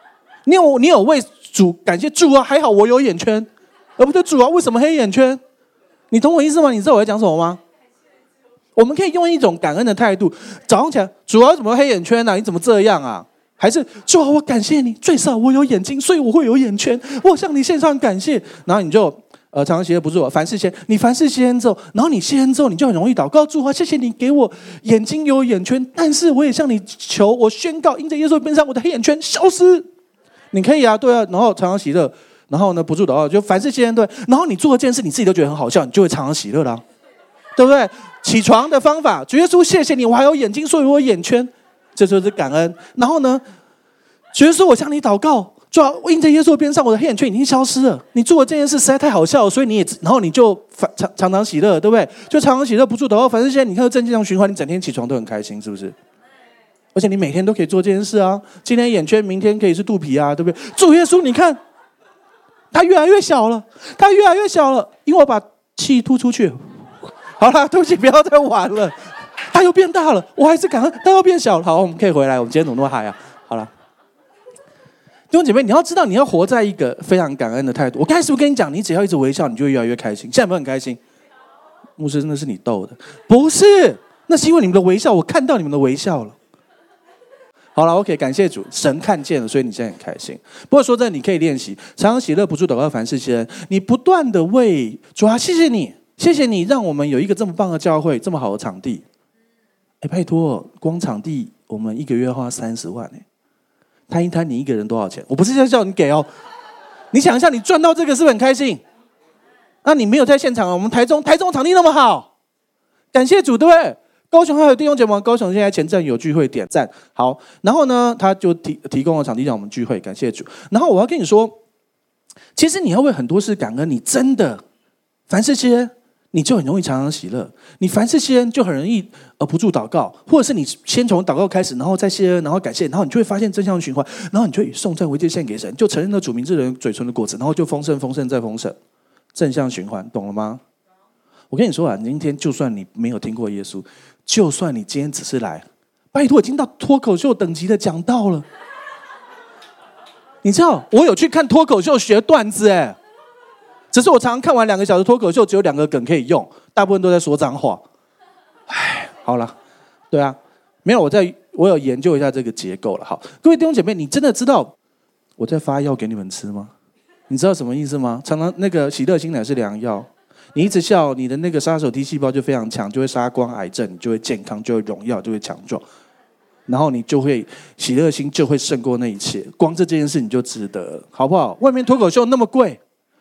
你有为主感谢主啊，还好我有眼圈，而不是主啊为什么黑眼圈？你懂我意思吗？你知道我在讲什么吗？我们可以用一种感恩的态度，早上起来，主啊怎么黑眼圈啊？你怎么这样啊？还是主啊我感谢你，最少我有眼睛，所以我会有眼圈，我向你献上感谢。然后你就常常喜乐不是我，凡事先，你凡事先之后，然后你先之后，你就很容易祷告，主啊谢谢你给我眼睛有眼圈，但是我也向你求，我宣告因着耶稣边上我的黑眼圈消失。你可以啊，对啊，然后常常喜乐，然后呢不住祷告，就凡事先对，然后你做一件事你自己都觉得很好笑，你就会常常喜乐啦，对不对？起床的方法，主耶稣谢谢你，我还有眼睛，所以我有眼圈，这就是感恩。然后呢，主耶稣我向你祷告，主啊因着耶稣边上我的黑眼圈已经消失了，你做的这件事实在太好笑了，所以你也然后你就常常喜乐，对不对？就常常喜乐不住祷告，凡事先，你看正向循环，你整天起床都很开心，是不是？而且你每天都可以做这件事啊，今天眼圈，明天可以是肚皮啊，对不对？主耶稣，你看，它越来越小了，它越来越小了，因为我把气吐出去。好了，对不起，不要再玩了。它又变大了，我还是感恩，它又变小了。好，我们可以回来，我们今天怎么那么嗨啊？好了，弟兄姐妹，你要知道，你要活在一个非常感恩的态度。我刚才是不是跟你讲，你只要一直微笑，你就会越来越开心？现在有没有很开心？牧师，真的是你逗的，不是？那是因为你们的微笑，我看到你们的微笑了。好了 ，OK， 感谢主，神看见了，所以你现在很开心。不过说真的，你可以练习，常常喜乐，不住祷告，凡事谢恩。你不断的为主啊，谢谢你，谢谢你，让我们有一个这么棒的教会，这么好的场地。哎，拜托，光场地我们一个月花30万哎，摊一摊，你一个人多少钱？我不是在叫你给哦，你想一下，你赚到这个是不是很开心？那你没有在现场啊？我们台中场地那么好，感谢主，对不对？高雄还有弟兄姐妹，高雄现在前阵有聚会，点赞好。然后呢，他就提供了场地让我们聚会，感谢主。然后我要跟你说，其实你要为很多事感恩，你真的凡事谢恩，你就很容易常常喜乐。你凡事谢恩就很容易不住祷告，或者是你先从祷告开始，然后再谢恩，然后感谢，然后你就会发现正向循环，然后你就以颂赞为祭献给神，就承认了主名之人嘴唇的果子，然后就丰盛丰盛再丰盛，正向循环，懂了吗？我跟你说啊，你今天就算你没有听过耶稣，就算你今天只是来，拜托已经到脱口秀等级的讲道了。你知道我有去看脱口秀学段子哎，只是我常常看完2个小时脱口秀，只有2个梗可以用，大部分都在说脏话。哎，好了，对啊，没有我有研究一下这个结构了。好，各位弟兄姐妹，你真的知道我在发药给你们吃吗？你知道什么意思吗？常常那个喜乐心乃是良药。你一直笑，你的那个杀手 T 细胞就非常强，就会杀光癌症，你就会健康，就会荣耀，就会强壮，然后你就会喜乐心就会胜过那一切。光这件事你就值得了，好不好？外面脱口秀那么贵，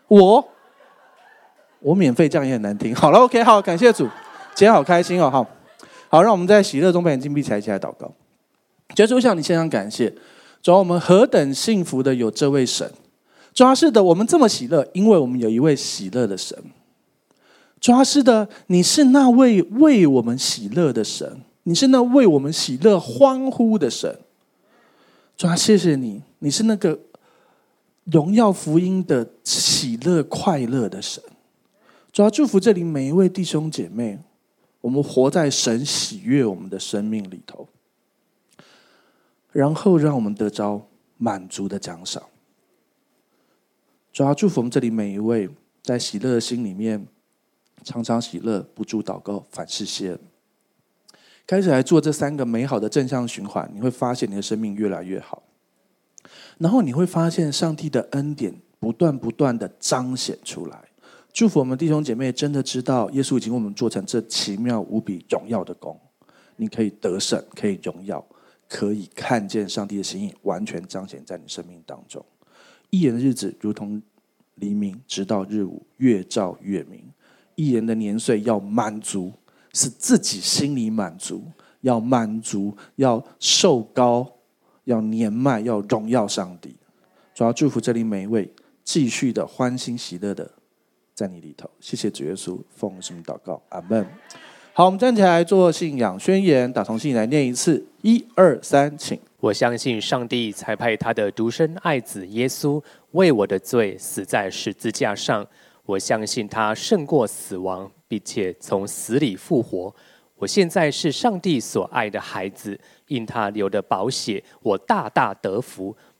我免费这样也很难听。好了 ，OK， 好，感谢主，今天好开心哦，好，让我们在喜乐中把眼睛闭起来，一起来祷告。主耶稣，向你献上感谢，主啊，我们何等幸福的有这位神。主啊，是的，我们这么喜乐，因为我们有一位喜乐的神。主啊，是的，你是那位为我们喜乐的神，你是那为我们喜乐欢呼的神。主啊，谢谢你，你是那个荣耀福音的喜乐快乐的神。主啊，祝福这里每一位弟兄姐妹，我们活在神喜悦我们的生命里头，然后让我们得着满足的奖赏。主啊，祝福我们这里每一位在喜乐的心里面常常喜乐，不住祷告，凡事谢恩。开始来做这3个美好的正向循环，你会发现你的生命越来越好。然后你会发现上帝的恩典不断的彰显出来。祝福我们弟兄姐妹真的知道，耶稣已经为我们做成这奇妙无比荣耀的工，你可以得胜，可以荣耀，可以看见上帝的心意完全彰显在你生命当中。一言的日子如同黎明，直到日午，越照越明。一人的年岁要满足，是自己心里满足，要满足，要受高，要年迈，要荣耀上帝。主要祝福这里每一位继续的欢欣喜乐的在你里头。谢谢主耶稣，奉圣名祷告，阿们。好，我们站起来做信仰宣言，打从心里来念一次，1、2、3，请。 我相信上帝才派他的独生爱子耶稣为我的罪死在十字架上。我相信他胜过死亡，并且从死里复活。我现在是上帝所爱的孩子，因他流的宝血，我大大得福。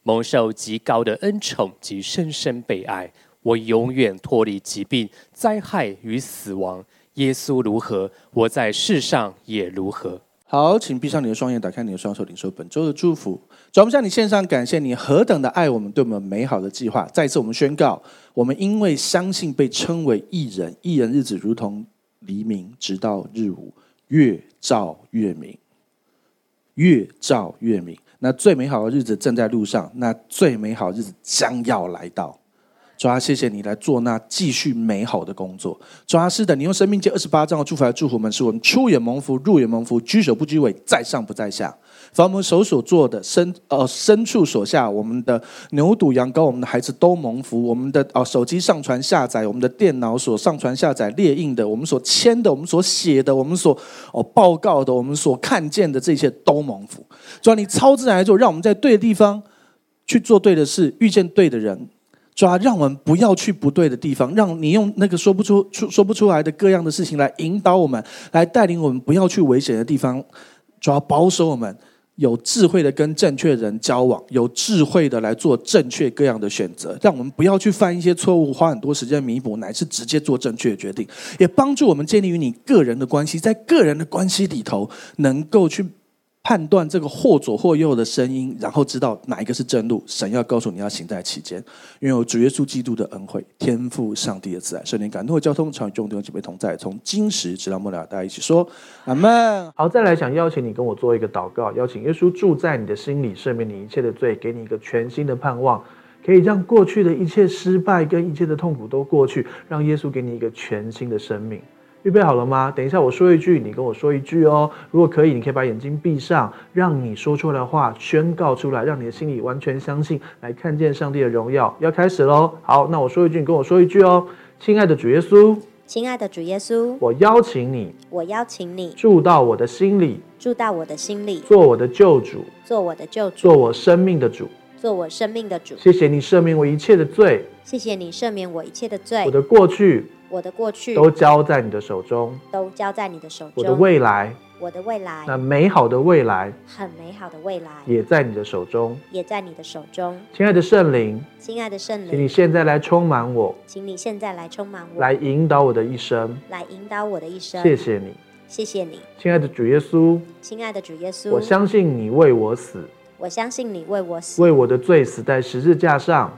蒙受极高的恩宠及深深被爱。我永远脱离疾病、灾害与死亡。耶稣如何，我在世上也如何。 好，请闭上你的双眼，打开你的双手，领受本周的祝福。主，我们向你献上感谢，你何等的爱我们，对我们美好的计划。再一次我们宣告，我们因为相信被称为义人，义人日子如同黎明，直到日午，越照越明，越照越明。那最美好的日子正在路上，那最美好的日子将要来到。主啊，谢谢你来做那继续美好的工作。主啊，是的，你用生命记28章的祝福来祝福我们，使我们出也蒙福，入也蒙福，居首不居尾，在上不在下。凡我们手所做的牲畜所下，我们的牛犊羊羔，我们的孩子都蒙福。我们的手机上传下载，我们的电脑所上传下载列印的，我们所签的，我们所写的，我们所报告的，我们所看见的，这些都蒙福。主啊，你超自然来做，让我们在对的地方去做对的事，遇见对的人。主啊，让我们不要去不对的地方，让你用那个说不出来的各样的事情来引导我们，来带领我们不要去危险的地方。主啊，保守我们有智慧的跟正确的人交往，有智慧的来做正确各样的选择，让我们不要去犯一些错误，花很多时间弥补，乃是直接做正确的决定。也帮助我们建立与你个人的关系，在个人的关系里头能够去判断这个或左或右的声音，然后知道哪一个是正路。神要告诉你要行在其间，愿有主耶稣基督的恩惠、天父上帝的慈爱、圣灵感动的交通，常与众弟兄姐妹同在，从今时直到末了。大家一起说阿们。 好，再来想邀请你跟我做一个祷告，邀请耶稣住在你的心里，赦免你一切的罪，给你一个全新的盼望，可以让过去的一切失败跟一切的痛苦都过去，让耶稣给你一个全新的生命。预备好了吗？等一下我说一句，你跟我说一句哦。如果可以，你可以把眼睛闭上，让你说出来的话宣告出来，让你的心里完全相信，来看见上帝的荣耀。要开始咯。好，那我说一句，你跟我说一句哦。亲爱的主耶稣， 亲爱的主耶稣， 我邀请你住到我的心里，做我的救主，做我生命的主。谢谢你赦免我一切的罪，我的过去都交在你的手中，我的未来那美好的未来也在你的手中。亲爱的圣灵，请你现在来充满我，来引导我的一生。谢谢你，亲爱的主耶稣，我相信你为我死，为我的罪死在十字架上，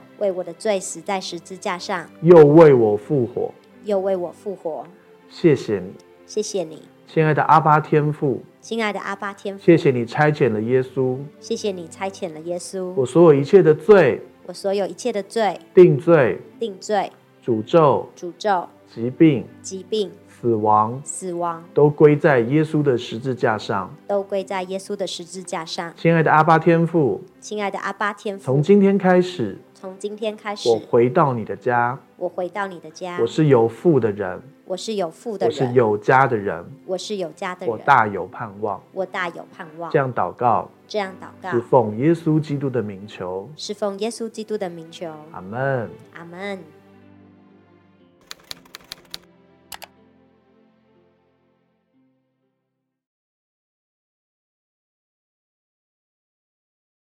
又为我复活。谢谢你，亲爱的阿爸天父，谢谢你差遣了耶稣，我所有一切的罪、定罪、诅咒、疾病、死亡都归在耶稣的十字架上。亲爱的阿爸天父，从今天开始，我回到你的家，我是有福的人，我是有家的人，我大有盼望。这样祷告，是奉耶稣基督的名求。阿们。